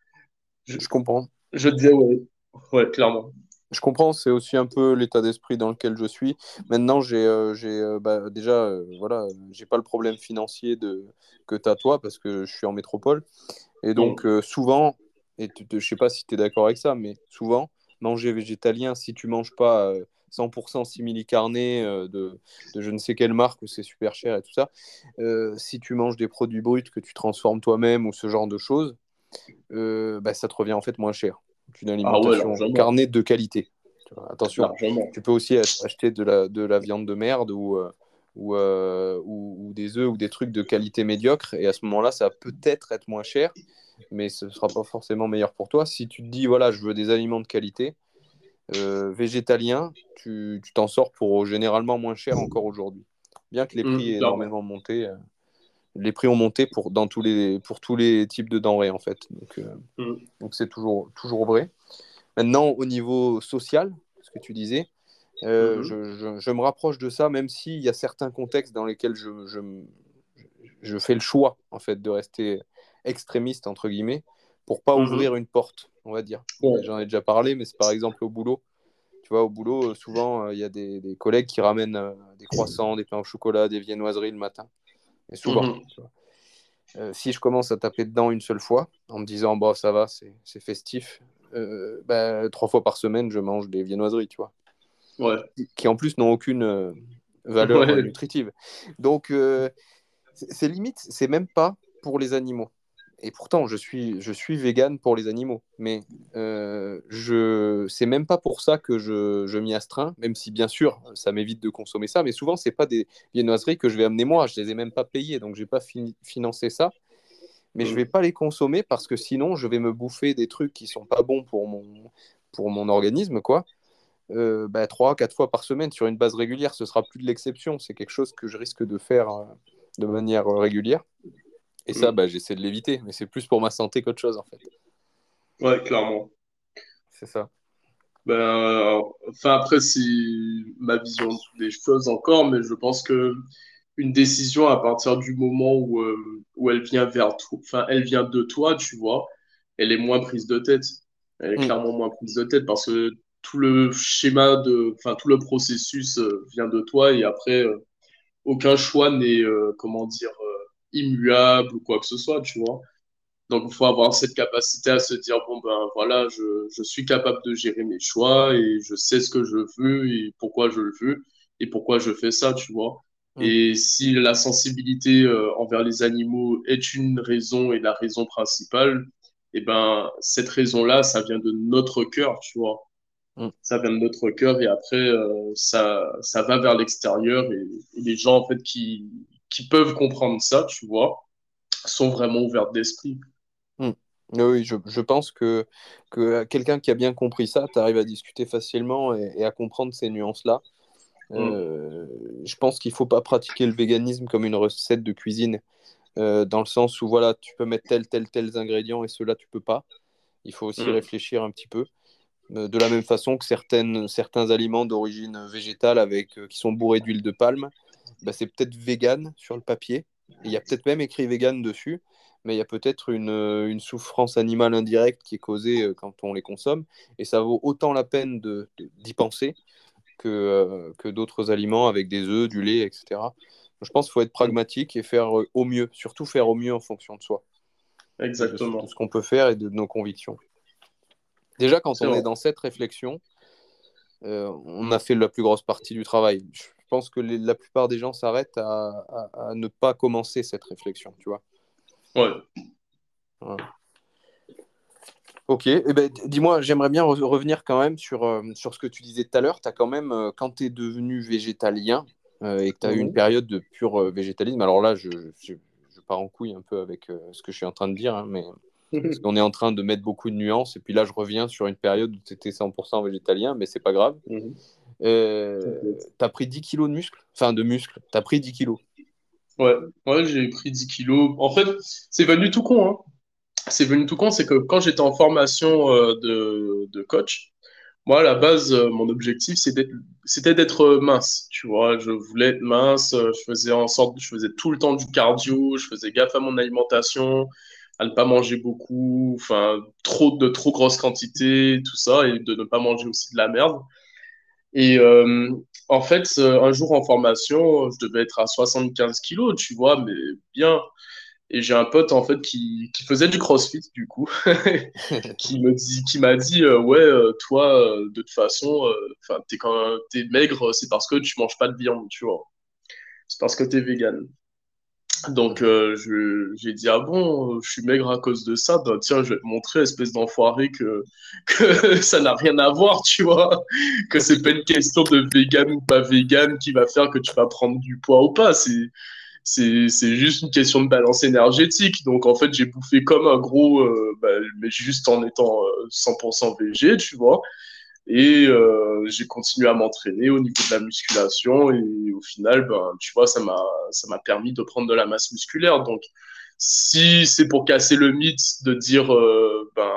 je, Je comprends. je disais, ouais, ouais, clairement. Je comprends, c'est aussi un peu l'état d'esprit dans lequel je suis. Maintenant, j'ai euh, j'ai euh, bah, déjà, euh, voilà, j'ai pas le problème financier de, que tu as toi parce que je suis en métropole. Et donc, Mm. euh, souvent, et tu- tu- je sais pas si tu es d'accord avec ça, mais souvent, manger végétalien, si tu manges pas euh, cent pour cent simili carne euh, de, de je ne sais quelle marque où c'est super cher et tout ça, euh, si tu manges des produits bruts que tu transformes toi-même ou ce genre de choses, euh, bah, ça te revient en fait moins cher qu'une Ah ouais, alimentation largement, carnée de qualité. Tu vois, attention, largement. tu peux aussi ach- acheter de la, de la viande de merde ou, euh, ou, euh, ou, ou des œufs ou des trucs de qualité médiocre, et à ce moment-là, ça va peut-être être moins cher, mais ce ne sera pas forcément meilleur pour toi. Si tu te dis, voilà, je veux des aliments de qualité, euh, végétalien, tu tu t'en sors pour généralement moins cher encore aujourd'hui. Bien que les prix Mm, aient clairement. énormément monté, euh, les prix ont monté pour, dans tous les, pour tous les types de denrées, en fait. Donc, euh, Mm, donc c'est toujours, toujours vrai. Maintenant, au niveau social, ce que tu disais, euh, mhm. je, je- je me rapproche de ça, même s'il y a certains contextes dans lesquels je, je, je fais le choix, en fait, de rester extrémiste, entre guillemets, pour pas ouvrir Mhm. une porte, on va dire. Et Ouais. j'en ai déjà parlé, mais c'est par exemple au boulot. Tu vois, au boulot, euh, souvent, euh, il y a des, des collègues qui ramènent euh, des croissants, des pains au chocolat, des viennoiseries le matin. Et souvent, Mhm. tu vois. Euh, si je commence à taper dedans une seule fois, en me disant, bon, ça va, c'est c'est festif, euh, bah, trois fois par semaine, je mange des viennoiseries, tu vois, Ouais. qui, qui en plus n'ont aucune euh, valeur euh, Ouais. nutritive. Donc, euh, c'est c'est limite, c'est même pas pour les animaux. Et pourtant, je suis, je suis vegan pour les animaux. Mais euh, je, c'est même pas pour ça que je, je m'y astreins, même si bien sûr, ça m'évite de consommer ça. Mais souvent, c'est pas des viennoiseries que je vais amener moi. Je les ai même pas payées, donc j'ai pas fi- financé ça. Mais je vais Mhm. pas les consommer parce que sinon, je vais me bouffer des trucs qui sont pas bons pour mon, pour mon organisme, quoi. Euh, bah, trois, quatre fois par semaine sur une base régulière, ce sera plus de l'exception. C'est quelque chose que je risque de faire euh, de manière euh, régulière. Et ça, Mhm. bah, j'essaie de l'éviter. Mais c'est plus pour ma santé qu'autre chose, en fait. Ouais, clairement. C'est ça. Ben, euh, enfin, après, c'est ma vision des choses encore, mais je pense que une décision à partir du moment où, euh, où elle vient vers toi, enfin, elle vient de toi, tu vois, elle est moins prise de tête. Elle est Mm, clairement moins prise de tête parce que tout le schéma de, enfin, tout le processus euh, vient de toi et après, euh, aucun choix n'est, euh, comment dire, euh, immuable ou quoi que ce soit, tu vois. Donc, il faut avoir cette capacité à se dire, bon, ben voilà, je, je suis capable de gérer mes choix et je sais ce que je veux et pourquoi je le veux et pourquoi je fais ça, tu vois. mm, Et si la sensibilité euh, envers les animaux est une raison et la raison principale, eh ben, cette raison-là, ça vient de notre cœur, tu vois. mm. Ça vient de notre cœur et après, euh, ça, ça va vers l'extérieur et, et les gens, en fait, qui, qui peuvent comprendre ça, tu vois, sont vraiment ouverts d'esprit. Mm. Oui, oui, je, je pense que, que quelqu'un qui a bien compris ça, tu arrives à discuter facilement et, et à comprendre ces nuances-là. Mm. Euh, je pense qu'il ne faut pas pratiquer le véganisme comme une recette de cuisine, euh, dans le sens où voilà, tu peux mettre tel, tel, tels ingrédients et ceux-là, tu peux pas. Il faut aussi Mm. réfléchir un petit peu. Euh, de la même façon que certaines, certains aliments d'origine végétale avec, euh, qui sont bourrés d'huile de palme, bah, c'est peut-être vegan sur le papier. Et il y a peut-être même écrit vegan dessus, mais il y a peut-être une, euh, une souffrance animale indirecte qui est causée euh, quand on les consomme. Et ça vaut autant la peine de, de- d'y penser que, euh, que d'autres aliments avec des œufs, du lait, et cetera. Donc, je pense qu'il faut être pragmatique et faire euh, au mieux, surtout faire au mieux en fonction de soi et de, ce de Exactement. ce qu'on peut faire et de nos convictions. Déjà, quand C'est on vrai. est dans cette réflexion, euh, on a fait la plus grosse partie du travail. Je pense que les- la plupart des gens s'arrêtent à, à- à ne pas commencer cette réflexion, tu vois. Ouais. Voilà. Ok, eh ben, d- dis-moi, j'aimerais bien re- revenir quand même sur, euh, sur ce que tu disais tout à l'heure. T'as quand même, euh, quand tu es devenu végétalien euh, et que tu as eu une Mhm. période de pur euh, végétalisme, alors là, je, je, je pars en couille un peu avec euh, ce que je suis en train de dire, hein, mais parce qu'on est en train de mettre beaucoup de nuances, et puis là, je reviens sur une période où tu étais cent pour cent végétalien, mais c'est pas grave. Mhm. Euh, T'inquiète. tu as pris dix kilos de muscles, enfin de muscles, tu as pris dix kilos. Ouais, ouais, j'ai pris dix kilos. En fait, c'est venu tout con, hein. C'est venu tout con, c'est que quand j'étais en formation euh, de, de coach, moi, à la base, euh, mon objectif, c'était c'était d'être euh, mince. Tu vois, je voulais être mince. euh, Je faisais en sorte, je faisais tout le temps du cardio. Je faisais gaffe à mon alimentation, à ne pas manger beaucoup, enfin, trop de trop grosses quantités, tout ça, et de ne pas manger aussi de la merde. Et euh, en fait, euh, un jour en formation, je devais être à soixante-quinze kilos, tu vois, mais bien. Et j'ai un pote en fait qui, qui faisait du CrossFit du coup, qui me dit, qui m'a dit euh, ouais euh, toi euh, de toute façon, euh, enfin t'es quand t'es maigre, c'est parce que tu manges pas de viande, tu vois, c'est parce que t'es vegan. Donc euh, je j'ai dit ah bon, je suis maigre à cause de ça, bah tiens je vais te montrer espèce d'enfoiré que que ça n'a rien à voir, tu vois, que c'est pas une question de vegan ou pas vegan qui va faire que tu vas prendre du poids ou pas, c'est c'est, c'est juste une question de balance énergétique. Donc, en fait, j'ai bouffé comme un gros, euh, bah, mais juste en étant euh, cent pour cent végé, tu vois. Et euh, j'ai continué à m'entraîner au niveau de la musculation. Et au final, ben, tu vois, ça m'a, ça m'a permis de prendre de la masse musculaire. Donc, si c'est pour casser le mythe de dire, euh, ben,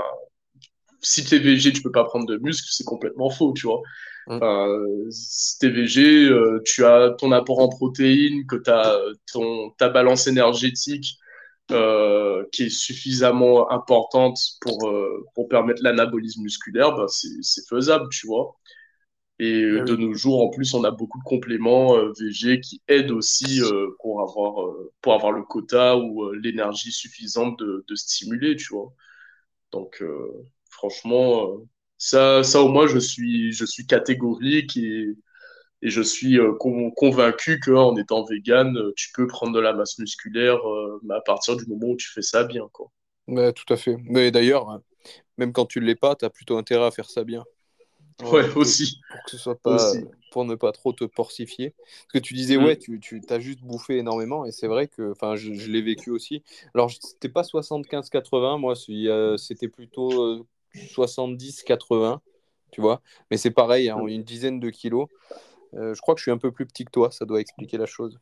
si t'es végé, tu peux pas prendre de muscle, c'est complètement faux, tu vois. Mm. Enfin, euh, si t'es végé, euh, tu as ton apport en protéines, que t'as ton ta balance énergétique euh, qui est suffisamment importante pour euh, pour permettre l'anabolisme musculaire, bah c'est c'est faisable, tu vois. Et Eh de oui. nos jours, en plus, on a beaucoup de compléments euh, V G qui aident aussi euh, pour avoir euh, pour avoir le quota ou euh, l'énergie suffisante de de stimuler, tu vois. Donc, euh, franchement, euh, ça, ça au moins, je suis, je suis catégorique et, et je suis euh, con- convaincu qu'en étant vegan, euh, tu peux prendre de la masse musculaire euh, mais à partir du moment où tu fais ça bien, quoi. Ouais, tout à fait. Mais d'ailleurs, hein, même quand tu ne l'es pas, tu as plutôt intérêt à faire ça bien. Voilà, Ouais, pour que, aussi, pour que ce soit pas, aussi. pour ne pas trop te porcifier. Parce que tu disais, ouais, Mm. tu, tu as juste bouffé énormément, et c'est vrai que, enfin, je, je l'ai vécu aussi. Alors, je- c'était pas soixante-quinze quatre-vingts, moi, c'est- euh, c'était plutôt euh, soixante-dix quatre-vingts, tu vois. Mais c'est pareil, hein, une dizaine de kilos. Euh, je crois que je suis un peu plus petit que toi, ça doit expliquer la chose.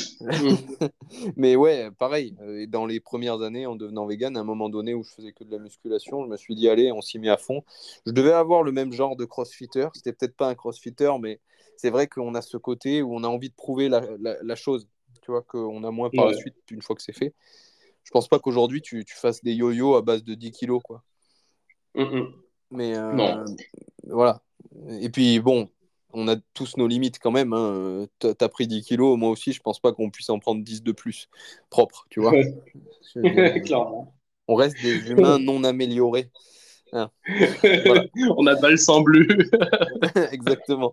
Mm. Mais ouais, pareil, euh, dans les premières années, en devenant vegan, à un moment donné où je faisais que de la musculation, je me suis dit, allez, on s'y met à fond. Je devais avoir le même genre de crossfitter. C'était peut-être pas un crossfitter, mais c'est vrai qu'on a ce côté où on a envie de prouver la, la- la chose. Tu vois, qu'on a moins par la Ouais. suite, une fois que c'est fait. Je pense pas qu'aujourd'hui, tu, tu fasses des yo-yo à base de dix kilos, quoi. Mm, mm. Mais Non. euh, voilà. Et puis, bon, on a tous nos limites quand même, hein. T'as t'as pris dix kilos, moi aussi, je pense pas qu'on puisse en prendre dix de plus propre, tu vois. Je veux dire, on, Clairement. on reste des humains non améliorés, hein. Voilà, On n'a pas le sang bleu. exactement.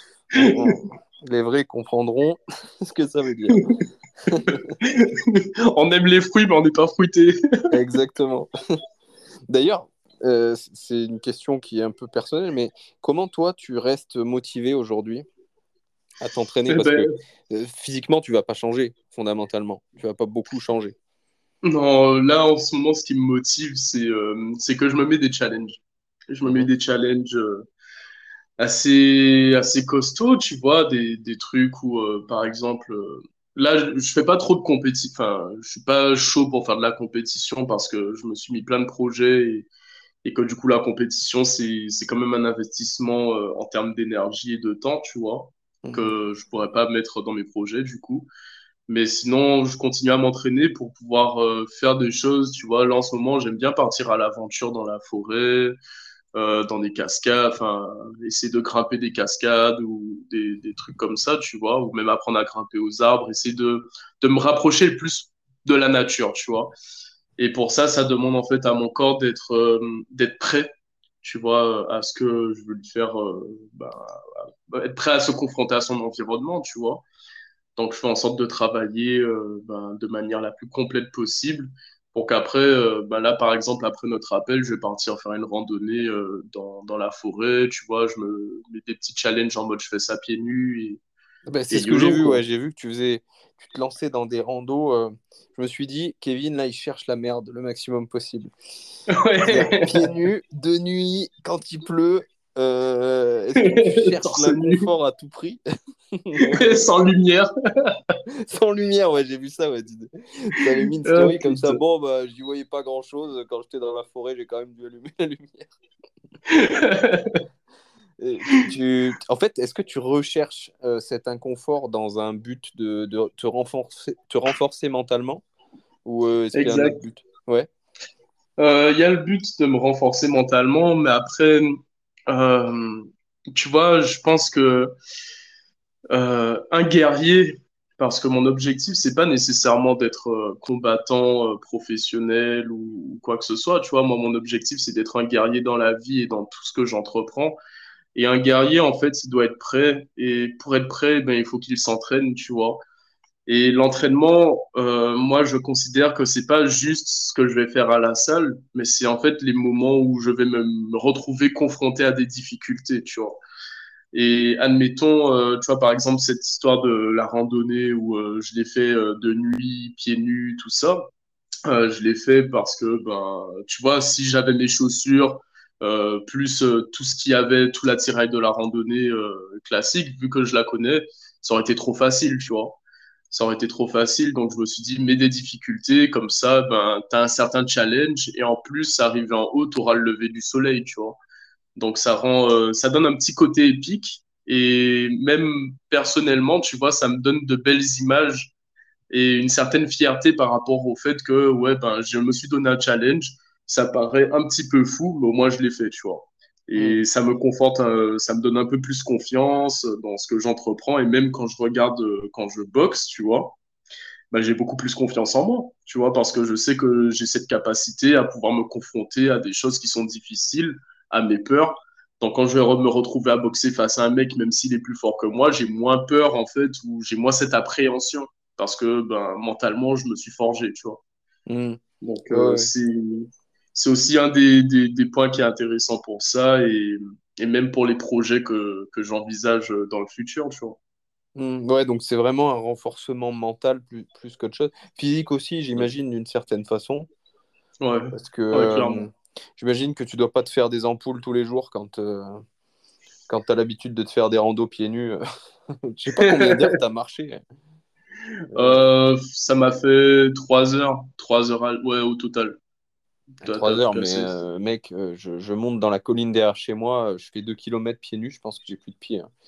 On- on- les vrais comprendront ce que ça veut dire. On aime les fruits, mais on n'est pas fruité. Exactement. D'ailleurs, euh, c'est une question qui est un peu personnelle, mais comment toi, tu restes motivé aujourd'hui à t'entraîner? Eh Parce que ben, euh, physiquement, tu vas pas changer, fondamentalement. Tu vas pas beaucoup changer. non, là, en ce moment, ce qui me motive, c'est euh, c'est que je me mets des challenges. Je me mets Mhm. des challenges euh, assez, assez costauds, tu vois, des, des trucs où, euh, par exemple, euh, là, je, je fais pas trop de compétition, enfin, je suis pas chaud pour faire de la compétition parce que je me suis mis plein de projets et, et que du coup, la compétition, c'est, c'est quand même un investissement euh, en termes d'énergie et de temps, tu vois, Mhm. que je pourrais pas mettre dans mes projets, du coup. Mais sinon, je continue à m'entraîner pour pouvoir euh, faire des choses. Tu vois, là en ce moment, j'aime bien partir à l'aventure dans la forêt, euh, dans des cascades, enfin, essayer de grimper des cascades ou des, des trucs comme ça, tu vois, ou même apprendre à grimper aux arbres, essayer de, de me rapprocher le plus de la nature, tu vois. Et pour ça, ça demande en fait à mon corps d'être euh, d'être prêt tu vois, à ce que je veux lui faire, euh, bah, être prêt à se confronter à son environnement, tu vois. Donc, je fais en sorte de travailler euh, ben, de manière la plus complète possible pour qu'après, euh, ben là, par exemple, après notre appel, je vais partir faire une randonnée euh, dans, dans la forêt, tu vois, je me mets des petits challenges en mode je fais ça pieds nus Ben, et, c'est et ce que j'ai YOLO, vu, quoi. ouais. J'ai vu que tu faisais, tu te lançais dans des randos. euh, Je me suis dit, Kevin, là, il cherche la merde le maximum possible. C'est-à-dire pieds Ouais, nus, de nuit, quand il pleut. euh, Est-ce que tu cherches torse nu, l'inconfort à tout prix? Ouais. sans lumière. Sans lumière, ouais, j'ai vu ça. Ouais. Tu avais mis une Ah, story comme ça. putain. Bon, bah, j'y voyais pas grand-chose. Quand j'étais dans la forêt, j'ai quand même dû allumer la lumière. Et tu, tu- En fait, est-ce que tu recherches euh, cet inconfort dans un but de, de te renforcer, te renforcer mentalement ou euh, est-ce qu'il y a un autre Exact. but? Ouais. Euh, Il y a le but de me renforcer mentalement, mais après, euh, tu vois, je pense que euh, un guerrier, parce que mon objectif, c'est pas nécessairement d'être euh, combattant euh, professionnel ou, ou quoi que ce soit. Tu vois, moi, mon objectif, c'est d'être un guerrier dans la vie et dans tout ce que j'entreprends. Et un guerrier, en fait, il doit être prêt. Et pour être prêt, ben, il faut qu'il s'entraîne, tu vois. Et l'entraînement, euh, moi, je considère que c'est pas juste ce que je vais faire à la salle, mais c'est en fait les moments où je vais me, me retrouver confronté à des difficultés, tu vois. Et admettons, euh, tu vois, par exemple, cette histoire de la randonnée où euh, je l'ai fait euh, de nuit, pieds nus, tout ça. Euh, je l'ai fait parce que, ben, tu vois, si j'avais mes chaussures, euh, plus euh, tout ce qu'il y avait, tout l'attirail de la randonnée euh, classique, vu que je la connais, ça aurait été trop facile, tu vois. Ça aurait été trop facile, donc je me suis dit, mets des difficultés, comme ça, ben, t'as un certain challenge, et en plus, arrivé en haut, t'auras le lever du soleil, tu vois. Donc ça rend, euh, ça donne un petit côté épique, et même personnellement, tu vois, ça me donne de belles images et une certaine fierté par rapport au fait que ouais ben je me suis donné un challenge. Ça paraît un petit peu fou, mais au moins je l'ai fait, tu vois. Hmm. Et ça me conforte, euh, ça me donne un peu plus confiance dans ce que j'entreprends et même quand je regarde, euh, quand je boxe, tu vois, ben, j'ai beaucoup plus confiance en moi, tu vois, parce que je sais que j'ai cette capacité à pouvoir me confronter à des choses qui sont difficiles, à mes peurs. Donc, quand je vais re- me retrouver à boxer face à un mec, même s'il est plus fort que moi, j'ai moins peur, en fait, ou j'ai moins cette appréhension, parce que ben, mentalement, je me suis forgé, tu vois. Hmm. Donc, Ouais, euh, ouais. c'est, c'est aussi un des, des, des points qui est intéressant pour ça et, et même pour les projets que, que j'envisage dans le futur, tu vois. Hmm. Ouais, donc c'est vraiment un renforcement mental plus, plus qu'autre chose. Physique aussi, j'imagine, d'une certaine façon. Ouais, Parce que ouais, euh, clairement. j'imagine que tu dois pas te faire des ampoules tous les jours quand, euh, quand tu as l'habitude de te faire des randos pieds nus. Je sais pas combien d'heures tu as marché. Euh, Euh, ça m'a fait trois heures, trois heures, à- ouais, au total. T'as, Trois t'as heures, mais placé. euh, mec, euh, je, je monte dans la colline derrière chez moi, euh, je fais deux kilomètres pieds nus, je pense que j'ai plus de pieds. Hein.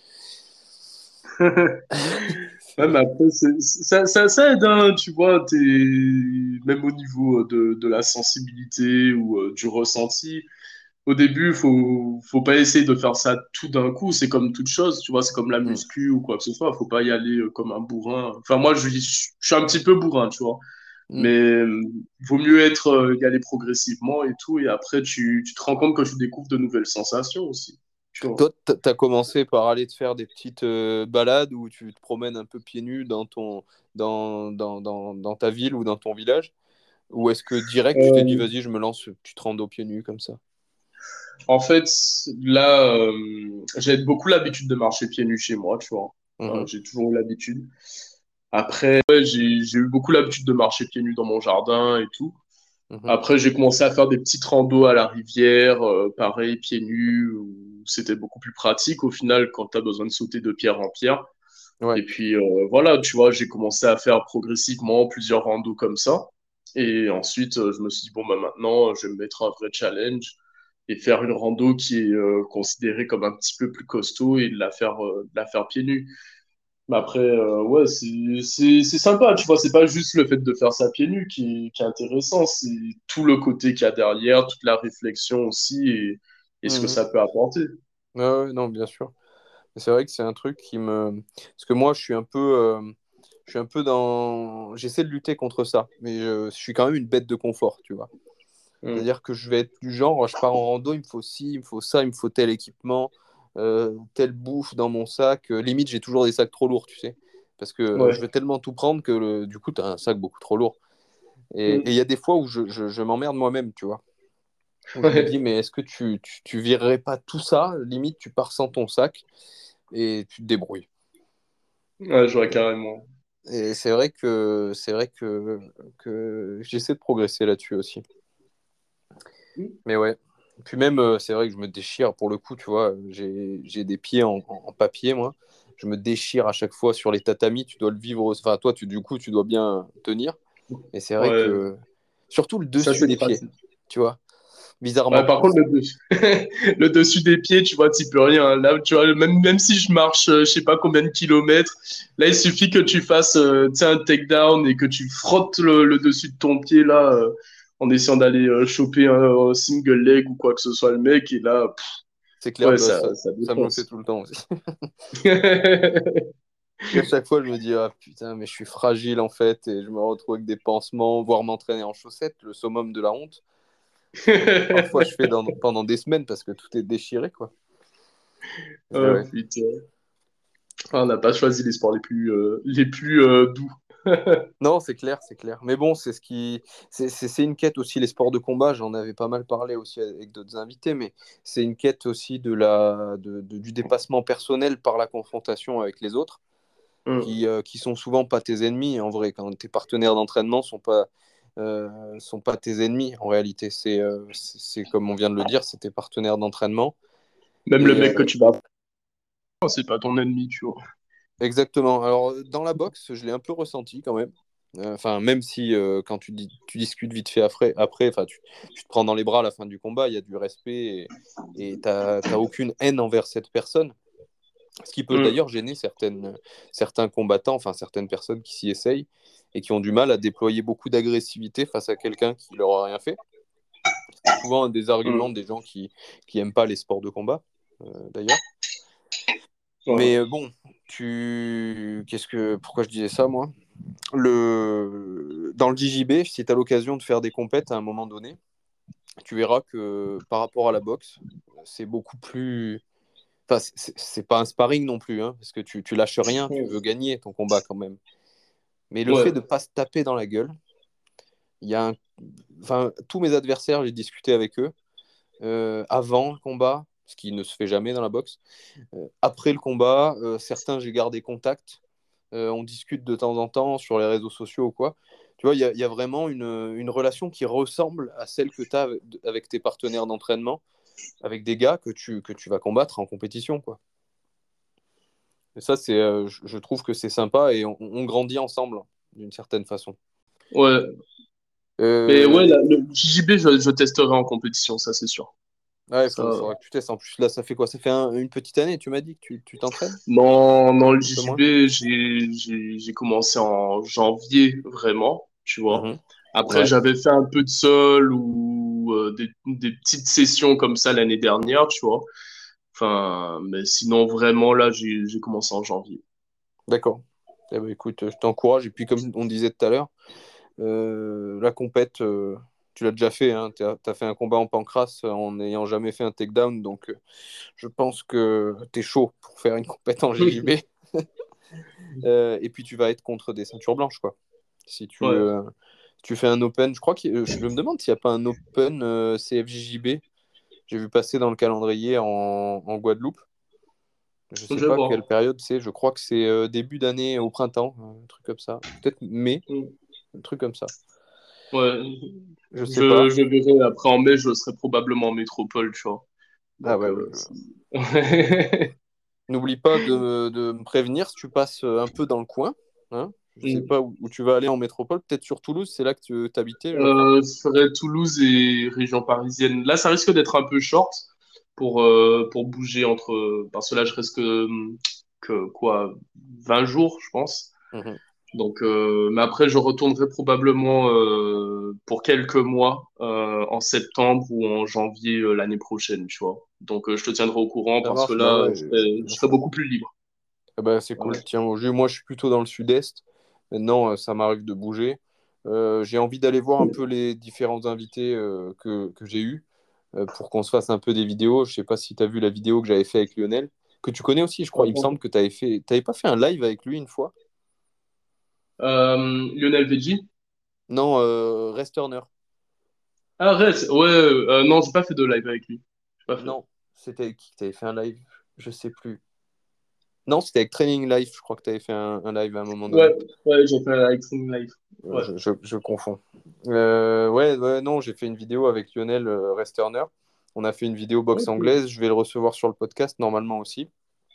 Ouais, mais après, c'est, ça, ça, ça aide, hein, tu vois, t'es, même au niveau de, de la sensibilité ou euh, du ressenti. Au début, faut, faut pas essayer de faire ça tout d'un coup. C'est comme toute chose, tu vois, c'est comme la Mm, muscu ou quoi que ce soit. Faut pas y aller euh, comme un bourrin. Enfin, moi, je, je suis un petit peu bourrin, tu vois. mm. Mais euh, vaut mieux être euh, y aller progressivement et tout. Et après, tu, tu te rends compte que tu découvres de nouvelles sensations aussi. Tu vois. Toi, tu as commencé par aller te faire des petites euh, balades où tu te promènes un peu pieds nus dans, ton, dans, dans, dans, dans ta ville ou dans ton village? Ou est-ce que direct, tu t'es dit, Euh, vas-y, je me lance, tu te rends aux pieds nus comme ça? En fait, là, euh, j'ai beaucoup l'habitude de marcher pieds nus chez moi, tu vois. Euh, Mhm, j'ai toujours eu l'habitude. Après, ouais, j'ai, j'ai eu beaucoup l'habitude de marcher pieds nus dans mon jardin et tout. mhm. Après, j'ai commencé à faire des petites randos à la rivière, euh, pareil, pieds nus, où c'était beaucoup plus pratique au final quand tu as besoin de sauter de pierre en pierre. Ouais. Et puis euh, voilà, tu vois, j'ai commencé à faire progressivement plusieurs randos comme ça. Et ensuite, euh, je me suis dit, bon, bah, maintenant, je vais me mettre un vrai challenge et faire une rando qui est euh, considérée comme un petit peu plus costaud et de la faire, euh, de la faire pieds nus. Mais après, euh, ouais, c'est, c'est, c'est sympa, tu vois, c'est pas juste le fait de faire ça pieds nus qui, qui est intéressant, c'est tout le côté qu'il y a derrière, toute la réflexion aussi et, et ce que Mhm. ça peut apporter. Ouais, ouais, non, bien sûr. C'est vrai que c'est un truc qui me... Parce que moi, je suis un peu... euh, Je suis un peu dans... J'essaie de lutter contre ça, mais je, je suis quand même une bête de confort, tu vois. Mm. C'est-à-dire que je vais être du genre, je pars en rando, il me faut ci, il me faut ça, il me faut tel équipement, euh, telle bouffe dans mon sac. Euh, limite, j'ai toujours des sacs trop lourds, tu sais. Parce que euh, je Ouais. vais tellement tout prendre que le- du coup, tu as un sac beaucoup trop lourd. Et et Mm. il y a des fois où je, je, je m'emmerde moi-même, tu vois. Où je me dis, Ouais. mais est-ce que tu, tu, tu virerais pas tout ça? Limite, tu pars sans ton sac et tu te débrouilles. Ouais, je vois carrément. Et c'est vrai que c'est vrai que, que j'essaie de progresser là-dessus aussi. Mm. Mais ouais. Puis même, euh, c'est vrai que je me déchire pour le coup, tu vois. J'ai, j'ai des pieds en, en- en papier, moi. Je me déchire à chaque fois sur les tatamis. Tu dois le vivre. Enfin, toi, tu, du coup, tu dois bien tenir. Et c'est vrai Ouais, que. Surtout le ça dessus c'est des pieds, pratique. tu vois. Ouais, Bizarrement. par contre, le dessus, le dessus des pieds, tu vois, t'y peux rien. Là, tu vois, même, même si je marche, euh, je sais pas combien de kilomètres, là, il suffit que tu fasses, euh, tu sais, un takedown et que tu frottes le, le dessus de ton pied, là, euh, en essayant d'aller euh, choper un, un single leg ou quoi que ce soit, le mec, et là, pff, C'est clair, ouais, bah, ça, ça, ça ça me le fait défonce. tout le temps aussi. Et à chaque fois, je me dis, ah putain, mais je suis fragile en fait. Et je me retrouve avec des pansements, voire m'entraîner en chaussettes, le summum de la honte. Parfois, je fais dans- pendant des semaines parce que tout est déchiré, quoi. Et Oh ouais. putain. Ah, on n'a pas choisi les sports les plus, euh, les plus euh, doux. Non, c'est clair, c'est clair. Mais bon, c'est ce qui, c'est c'est- c'est une quête aussi, les sports de combat. J'en avais pas mal parlé aussi avec d'autres invités, mais c'est une quête aussi de la, de, de- du dépassement personnel par la confrontation avec les autres, Mm. qui, euh, qui sont souvent pas tes ennemis en vrai. Quand tes partenaires d'entraînement sont pas, euh, sont pas tes ennemis en réalité. C'est, euh, c'est c'est comme on vient de le dire, c'est tes partenaires d'entraînement. Même le Et mec que euh, tu vas, c'est pas ton ennemi, tu vois. exactement. Alors, dans la boxe, je l'ai un peu ressenti quand même. Euh, Enfin, même si euh, quand tu, dis, tu discutes vite fait après, après enfin, tu, tu te prends dans les bras à la fin du combat, il y a du respect et tu n'as aucune haine envers cette personne. Ce qui peut Mm. d'ailleurs gêner certaines, certains combattants, enfin certaines personnes qui s'y essayent et qui ont du mal à déployer beaucoup d'agressivité face à quelqu'un qui leur a rien fait. C'est souvent un des arguments Mm. des gens qui qui aiment pas les sports de combat, euh, d'ailleurs. Mais Ouais. euh, bon, tu, qu'est-ce que, pourquoi je disais ça moi? Le... Dans le J J B, si tu as l'occasion de faire des compètes à un moment donné, tu verras que par rapport à la boxe, c'est beaucoup plus. Enfin, c'est c'est pas un sparring non plus, hein, parce que tu, tu lâches rien, tu veux gagner ton combat quand même. Mais le fait Ouais. de pas se taper dans la gueule, il y a un... enfin, tous mes adversaires, j'ai discuté avec eux euh, avant le combat, ce qui ne se fait jamais dans la boxe. Euh, après le combat, euh, certains, j'ai gardé contact. Euh, on discute de temps en temps sur les réseaux sociaux ou quoi. Tu vois, il y, a- il y a vraiment une, une relation qui ressemble à celle que tu as avec, avec tes partenaires d'entraînement, avec des gars que tu, que tu vas combattre en compétition, quoi. Et ça, c'est, euh, je, je trouve que c'est sympa et on, on grandit ensemble, d'une certaine façon. Ouais. Mais Euh, ouais, et- la- le J J B, je, je testerai en compétition, ça c'est sûr. ouais, il Ça... faut, faudra que tu testes. En plus, là, ça fait quoi? Ça fait un- une petite année, tu m'as dit que tu tu t'entraînes? Non, non, le Un peu moins? J J B, j'ai, j'ai, j'ai commencé en janvier, vraiment, tu vois. Mhm. Après, Ouais. j'avais fait un peu de sol ou euh, des, des petites sessions comme ça l'année dernière, tu vois. Enfin, mais sinon, vraiment, là, j'ai, j'ai commencé en janvier. D'accord. Eh ben, écoute, je t'encourage. Et puis, comme on disait tout à l'heure, euh, la compète, euh, tu l'as déjà fait. Hein, tu as fait un combat en pancrace en n'ayant jamais fait un takedown. Donc, euh, je pense que tu es chaud pour faire une compète en J J B. Euh, et puis, tu vas être contre des ceintures blanches, quoi. Si tu, Ouais. euh, tu fais un open, je crois que je me demande s'il n'y a pas un open euh, C F J J B. J'ai vu passer dans le calendrier en, en Guadeloupe. Je sais Je pas vois. quelle période c'est. Je crois que c'est euh, début d'année au printemps, un truc comme ça. Peut-être mai, Mm. un truc comme ça. Ouais. Je sais Je, pas. je verrai après en mai, je serai probablement en métropole, tu vois. Ah Donc, ouais, ouais, euh, je- c'est- n'oublie pas de, de me prévenir si tu passes euh, un peu dans le coin. Hein. Je sais Mm. pas où, où tu vas aller en métropole. Peut-être sur Toulouse, c'est là que tu t'habitais, je crois. Euh, je ferai Toulouse et région parisienne. Là, ça risque d'être un peu short pour, euh, pour bouger entre. Parce que là, je reste que, que quoi, vingt jours, je pense. Mhm. Donc, euh, mais après, je retournerai probablement euh, pour quelques mois euh, en septembre ou en janvier euh, l'année prochaine, tu vois. Donc, euh, je te tiendrai au courant Ça parce que marche, bah là, ouais, je euh, serai, je bien serai sûr. beaucoup plus libre. Ah bah, c'est Ouais. cool. Tiens, au jus, moi je suis plutôt dans le sud-est. Maintenant, euh, ça m'arrive de bouger. Euh, j'ai envie d'aller voir un peu les différents invités euh, que, que j'ai eus euh, pour qu'on se fasse un peu des vidéos. Je sais pas si tu as vu la vidéo que j'avais fait avec Lionel, que tu connais aussi, je crois. Il me semble que tu avais fait... T'avais pas fait un live avec lui une fois? Euh, Lionel Veggie. Non, euh, Rest Turner. Ah, Rez, ouais, euh, non, j'ai pas fait de live avec lui. J'ai pas fait. Non, c'était avec qui que tu avais fait un live? Je sais plus. Non, c'était avec Training Life, je crois que tu avais fait un, un live à un moment donné. Ouais, ouais, j'ai fait avec Stream Live. Euh, Ouais. je, je- je confonds. Euh, ouais, ouais, non, j'ai fait une vidéo avec Lionel euh, Resterner. On a fait une vidéo boxe Ok. anglaise. Je vais le recevoir sur le podcast normalement aussi.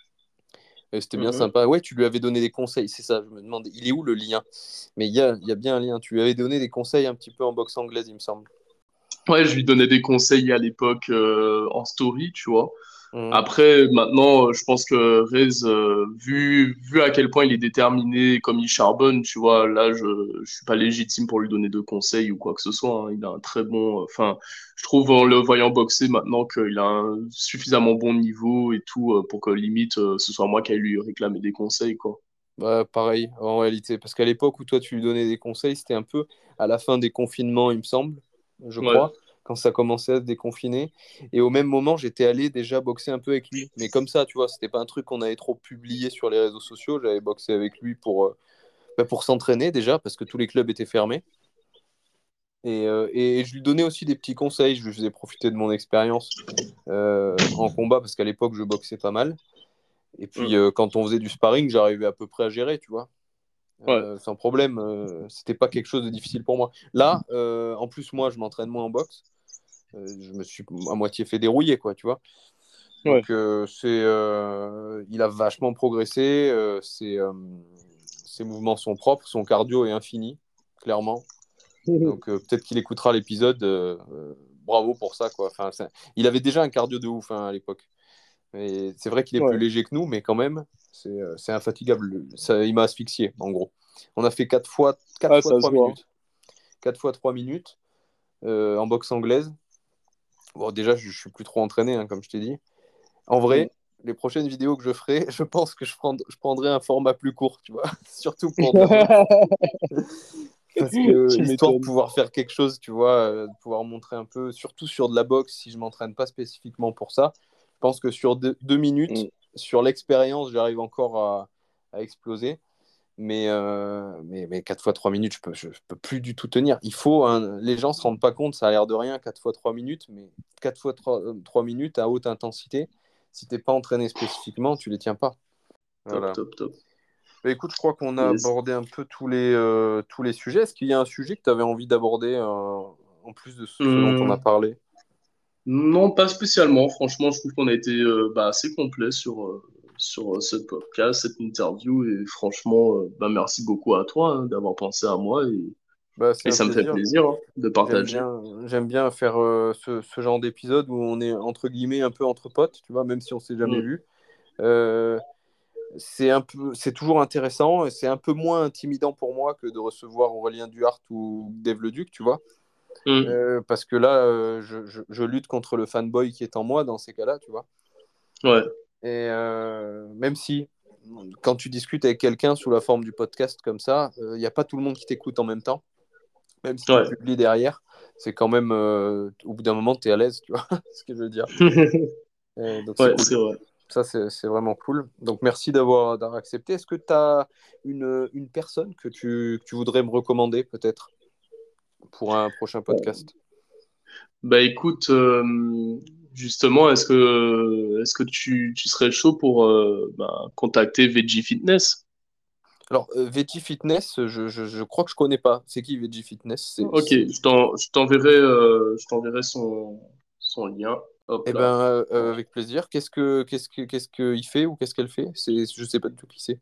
Et c'était bien Mhm. sympa. Ouais, tu lui avais donné des conseils, c'est ça. Je me demandais, il est où le lien? Mais il y a, il y a bien un lien. Tu lui avais donné des conseils un petit peu en boxe anglaise, il me semble. Ouais, je lui donnais des conseils à l'époque euh, en story, tu vois. Mhm. Après, maintenant, euh, je pense que Rez, euh, vu, vu à quel point il est déterminé, comme il charbonne, tu vois, là, je, je suis pas légitime pour lui donner de conseils ou quoi que ce soit, hein. Il a un très bon, enfin, je trouve en le voyant boxer maintenant qu'il a un suffisamment bon niveau et tout euh, pour que limite euh, ce soit moi qui aille lui réclamer des conseils, quoi. Bah, pareil, en réalité. Parce qu'à l'époque où toi, tu lui donnais des conseils, c'était un peu à la fin des confinements, il me semble, je Ouais, crois, quand ça commençait à se déconfiner. Et au même moment, j'étais allé déjà boxer un peu avec lui. Mais comme ça, tu vois, c'était pas un truc qu'on avait trop publié sur les réseaux sociaux. J'avais boxé avec lui pour, euh, bah, pour s'entraîner déjà, parce que tous les clubs étaient fermés. Et, euh, et je lui donnais aussi des petits conseils. Je lui faisais profiter de mon expérience euh, en combat, parce qu'à l'époque, je boxais pas mal. Et puis, Mm. euh, quand on faisait du sparring, j'arrivais à peu près à gérer, tu vois. Ouais. Euh, sans problème. Euh, c'était pas quelque chose de difficile pour moi. Là, euh, en plus, moi, je m'entraîne moins en boxe. Euh, je me suis à moitié fait dérouiller, quoi, tu vois. Ouais. Donc, euh, c'est, euh, il a vachement progressé. Euh, ses, euh, ses mouvements sont propres, son cardio est infini, clairement. Donc, euh, peut-être qu'il écoutera l'épisode. Euh, euh, bravo pour ça, quoi. Enfin, c'est- il avait déjà un cardio de ouf hein, à l'époque. Et c'est vrai qu'il est plus Ouais. léger que nous, mais quand même, c'est euh, c'est infatigable. Ça, il m'a asphyxié, en gros. On a fait quatre fois, quatre Ah, fois ça se trois voit. minutes. Quatre fois trois minutes euh, en boxe anglaise. Bon, déjà, je, je suis plus trop entraîné, hein, comme je t'ai dit. En Mm. vrai, les prochaines vidéos que je ferai, je pense que je, prends, je prendrai un format plus court, tu vois. Surtout pour de la boxe. Parce que, Tu histoire de m'étonnes. pouvoir faire quelque chose, tu vois, euh, de pouvoir montrer un peu, surtout sur de la boxe, si je m'entraîne pas spécifiquement pour ça. Je pense que sur deux, deux minutes, Mm. sur l'expérience, j'arrive encore à, à exploser. Mais, euh, mais, mais quatre fois trois minutes, je peux, je, je peux plus du tout tenir. Il faut, hein, les gens se rendent pas compte, ça a l'air de rien, quatre fois trois minutes, mais quatre fois trois euh, trois minutes à haute intensité, si t'es pas entraîné spécifiquement, tu les tiens pas. Top, Voilà. top, top. Bah, écoute, je crois qu'on a Yes. abordé un peu tous les, euh, tous les sujets. Est-ce qu'il y a un sujet que tu avais envie d'aborder euh, en plus de ce dont on a Hum, parlé? non, pas spécialement. Franchement, je trouve qu'on a été euh, bah, assez complet sur, euh, sur euh, ce podcast, cette interview. Et franchement, euh, bah, merci beaucoup à toi hein, d'avoir pensé à moi. Et, Bah, c'est et un ça me fait plaisir. plaisir hein, de J'aime partager. bien, j'aime bien faire euh, ce, ce genre d'épisode où on est entre guillemets un peu entre potes, tu vois, même si on s'est jamais Hum, vu. Euh, c'est un peu, c'est toujours intéressant et c'est un peu moins intimidant pour moi que de recevoir Aurélien Duhart ou Dave Leduc, tu vois. hum, Euh, parce que là, euh, je, je- je lutte contre le fanboy qui est en moi dans ces cas-là, tu vois. ouais, Et euh, même si, quand tu discutes avec quelqu'un sous la forme du podcast comme ça, il n'y a pas tout le monde qui t'écoute en même temps, même si tu ouais. publies derrière, c'est quand même, euh, au bout d'un moment, tu es à l'aise, tu vois ce que je veux dire. Et donc c'est Ouais, cool. c'est vrai. Ça, c'est c'est vraiment cool. Donc merci d'avoir d'avoir accepté. Est-ce que tu as une, une personne que tu, que tu voudrais me recommander peut-être pour un prochain podcast? Bah écoute, euh, justement, est-ce que est-ce que tu, tu serais chaud pour euh, bah, contacter Veggie Fitness? Alors, euh, Veggie Fitness, je, je, je crois que je connais pas. C'est qui Veggie Fitness? C'est, Ok, c'est... je t'en, je t'enverrai, euh, je t'enverrai son, son lien. Hop Eh ben, là. euh, euh, Voilà. avec plaisir. Qu'est-ce que, qu'est-ce que, qu'est-ce qu'il fait ou qu'est-ce qu'elle fait? C'est, je sais pas du tout qui c'est.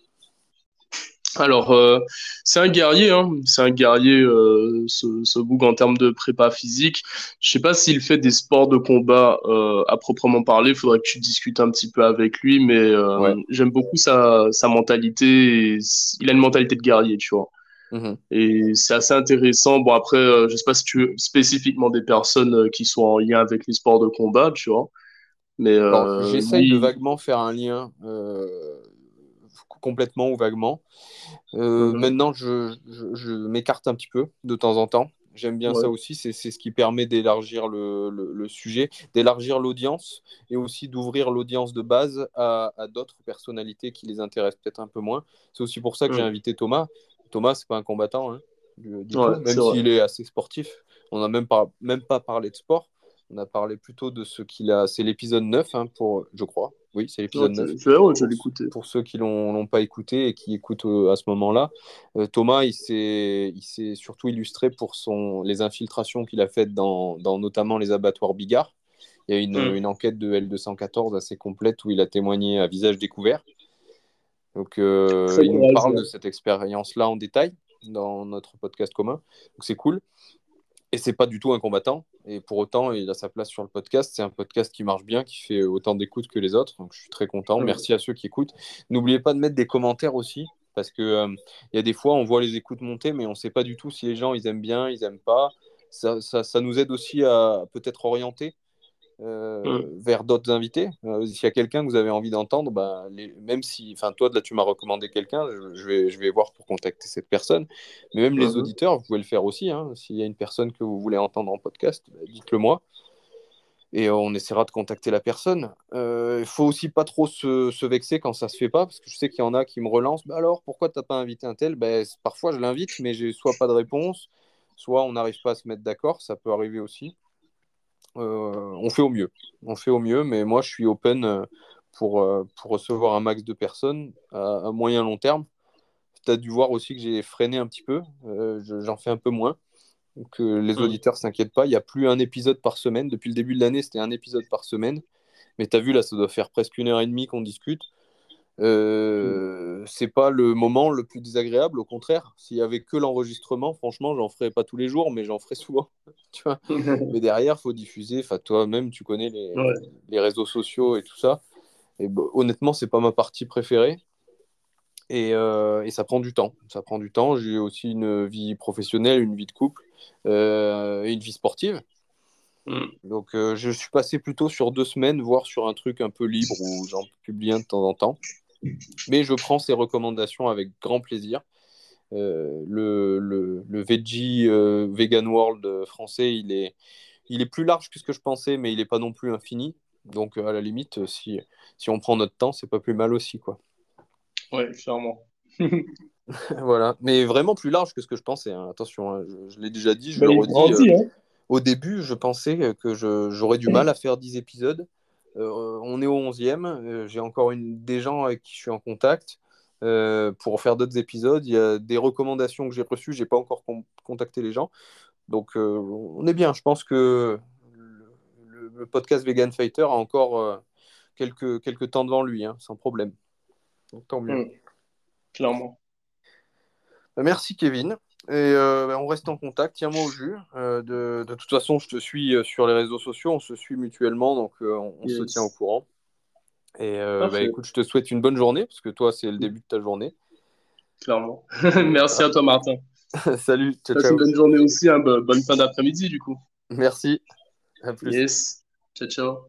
Alors, euh, c'est un guerrier, hein. C'est un guerrier, euh, ce, ce boug en termes de prépa physique. Je sais pas s'il fait des sports de combat euh, à proprement parler. Il faudrait que tu discutes un petit peu avec lui, mais Ouais. euh, j'aime beaucoup sa, sa mentalité. Et s- il a une mentalité de guerrier, tu vois. Mhm. Et c'est assez intéressant. Bon, après, euh, je sais pas si tu veux spécifiquement des personnes euh, qui sont en lien avec les sports de combat, tu vois. Mais Alors, euh, j'essaye de lui, vaguement faire un lien. Euh, complètement ou vaguement. Euh, Mhm. Maintenant, je, je, je m'écarte un petit peu de temps en temps. J'aime bien Ouais. ça aussi, c'est, c'est ce qui permet d'élargir le, le, le sujet, d'élargir l'audience et aussi d'ouvrir l'audience de base à, à d'autres personnalités qui les intéressent peut-être un peu moins. C'est aussi pour ça que j'ai Mhm. invité Thomas. Thomas, c'est pas un combattant hein, du, du Ouais, tout, même c'est vrai. s'il est assez sportif. On n'a même pas, même pas parlé de sport. On a parlé plutôt de ce qu'il a. C'est l'épisode neuf, hein, pour, je crois. Oui, c'est Ouais, l'épisode neuf. je, je, ouais, je Pour, l'écoutais. pour ceux qui ne l'ont, l'ont pas écouté et qui écoutent euh, à ce moment-là. Euh, Thomas, il s'est, il s'est surtout illustré pour son, les infiltrations qu'il a faites dans, dans notamment les abattoirs Bigard. Il y a une, Mhm. une enquête de L deux cent quatorze assez complète où il a témoigné à visage découvert. Donc, euh, Très il nous parle de courageux. cette expérience-là en détail dans notre podcast commun. Donc, c'est cool. Et c'est pas du tout un combattant. Et pour autant, il a sa place sur le podcast. C'est un podcast qui marche bien, qui fait autant d'écoutes que les autres. Donc, je suis très content. Mhm. Merci à ceux qui écoutent. N'oubliez pas de mettre des commentaires aussi. Parce que euh, il y a des fois, on voit les écoutes monter, mais on ne sait pas du tout si les gens ils aiment bien, ils aiment pas. Ça, ça, ça nous aide aussi à peut-être orienter euh, Mhm. vers d'autres invités. Euh, S'il y a quelqu'un que vous avez envie d'entendre, bah, les, même si, enfin, toi, là, tu m'as recommandé quelqu'un, je, je, vais, je vais voir pour contacter cette personne. Mais même les Mhm. auditeurs, vous pouvez le faire aussi. Hein. S'il y a une personne que vous voulez entendre en podcast, bah, dites-le moi. Et on essaiera de contacter la personne. Il euh, faut aussi pas trop se, se, vexer quand ça se fait pas, parce que je sais qu'il y en a qui me relancent. Bah alors, pourquoi t'as pas invité un tel? Bah, parfois, je l'invite, mais j'ai soit pas de réponse, soit on n'arrive pas à se mettre d'accord. Ça peut arriver aussi. Euh, on fait au mieux. On fait au mieux, mais moi, je suis open pour, euh, pour recevoir un max de personnes à, à moyen long terme. Tu as dû voir aussi que j'ai freiné un petit peu. Euh, je, j'en fais un peu moins. Donc, euh, les Mhm. auditeurs ne s'inquiètent pas. Il n'y a plus un épisode par semaine. Depuis le début de l'année, c'était un épisode par semaine. Mais tu as vu, là, ça doit faire presque une heure et demie qu'on discute. Euh, c'est pas le moment le plus désagréable, au contraire. S'il y avait que l'enregistrement, franchement, j'en ferais pas tous les jours, mais j'en ferais souvent. Tu vois. Mais derrière, faut diffuser. Enfin, toi-même, tu connais les, Ouais. les réseaux sociaux et tout ça. Et bah, honnêtement, c'est pas ma partie préférée. Et, euh, et ça prend du temps. Ça prend du temps. J'ai aussi une vie professionnelle, une vie de couple euh, et une vie sportive. Mhm. Donc, euh, je suis passé plutôt sur deux semaines, voire sur un truc un peu libre où j'en publie un de temps en temps. Mais je prends ces recommandations avec grand plaisir. Euh, le, le, le Veggie euh, Vegan World français, il est, il est plus large que ce que je pensais, mais il n'est pas non plus infini. Donc, euh, à la limite, si, si on prend notre temps, c'est pas plus mal aussi, quoi. Ouais, clairement. Voilà. Mais vraiment plus large que ce que je pensais, hein. Attention, hein, je, je l'ai déjà dit, je Ben, le il redis. Euh, grandit, hein. au début, je pensais que je, j'aurais du mal à faire dix épisodes. Euh, on est au onzième. Euh, j'ai encore une, des gens avec qui je suis en contact euh, pour faire d'autres épisodes. Il y a des recommandations que j'ai reçues. J'ai pas encore con- contacté les gens. Donc, euh, on est bien. Je pense que le, le- le podcast Vegan Fighter a encore euh, quelques, quelques temps devant lui, hein, sans problème. Donc, tant mieux. Mhm. Clairement. Bah, merci, Kevin. Et euh, bah, on reste en contact. Tiens-moi au jus. Euh, de, de toute façon, je te suis euh, sur les réseaux sociaux. On se suit mutuellement. Donc, euh, on, on se tient au Yes. courant. Et euh, bah, Parfait. écoute, je te souhaite une bonne journée, parce que toi, c'est le début de ta journée. Clairement. Et Merci à toi, Martin. voilà. Salut, ciao, Passe une ciao. bonne journée aussi, hein. Bo- Bonne fin d'après-midi, du coup. Merci, à plus. Yes. Ciao, ciao.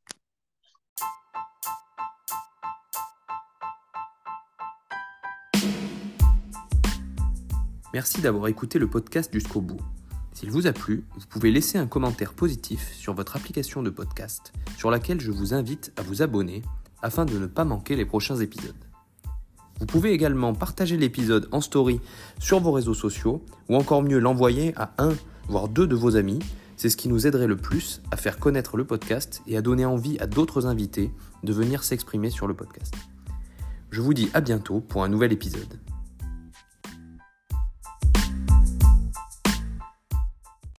Merci d'avoir écouté le podcast jusqu'au bout. S'il vous a plu, vous pouvez laisser un commentaire positif sur votre application de podcast, sur laquelle je vous invite à vous abonner afin de ne pas manquer les prochains épisodes. Vous pouvez également partager l'épisode en story sur vos réseaux sociaux ou encore mieux l'envoyer à un, voire deux de vos amis. C'est ce qui nous aiderait le plus à faire connaître le podcast et à donner envie à d'autres invités de venir s'exprimer sur le podcast. Je vous dis à bientôt pour un nouvel épisode.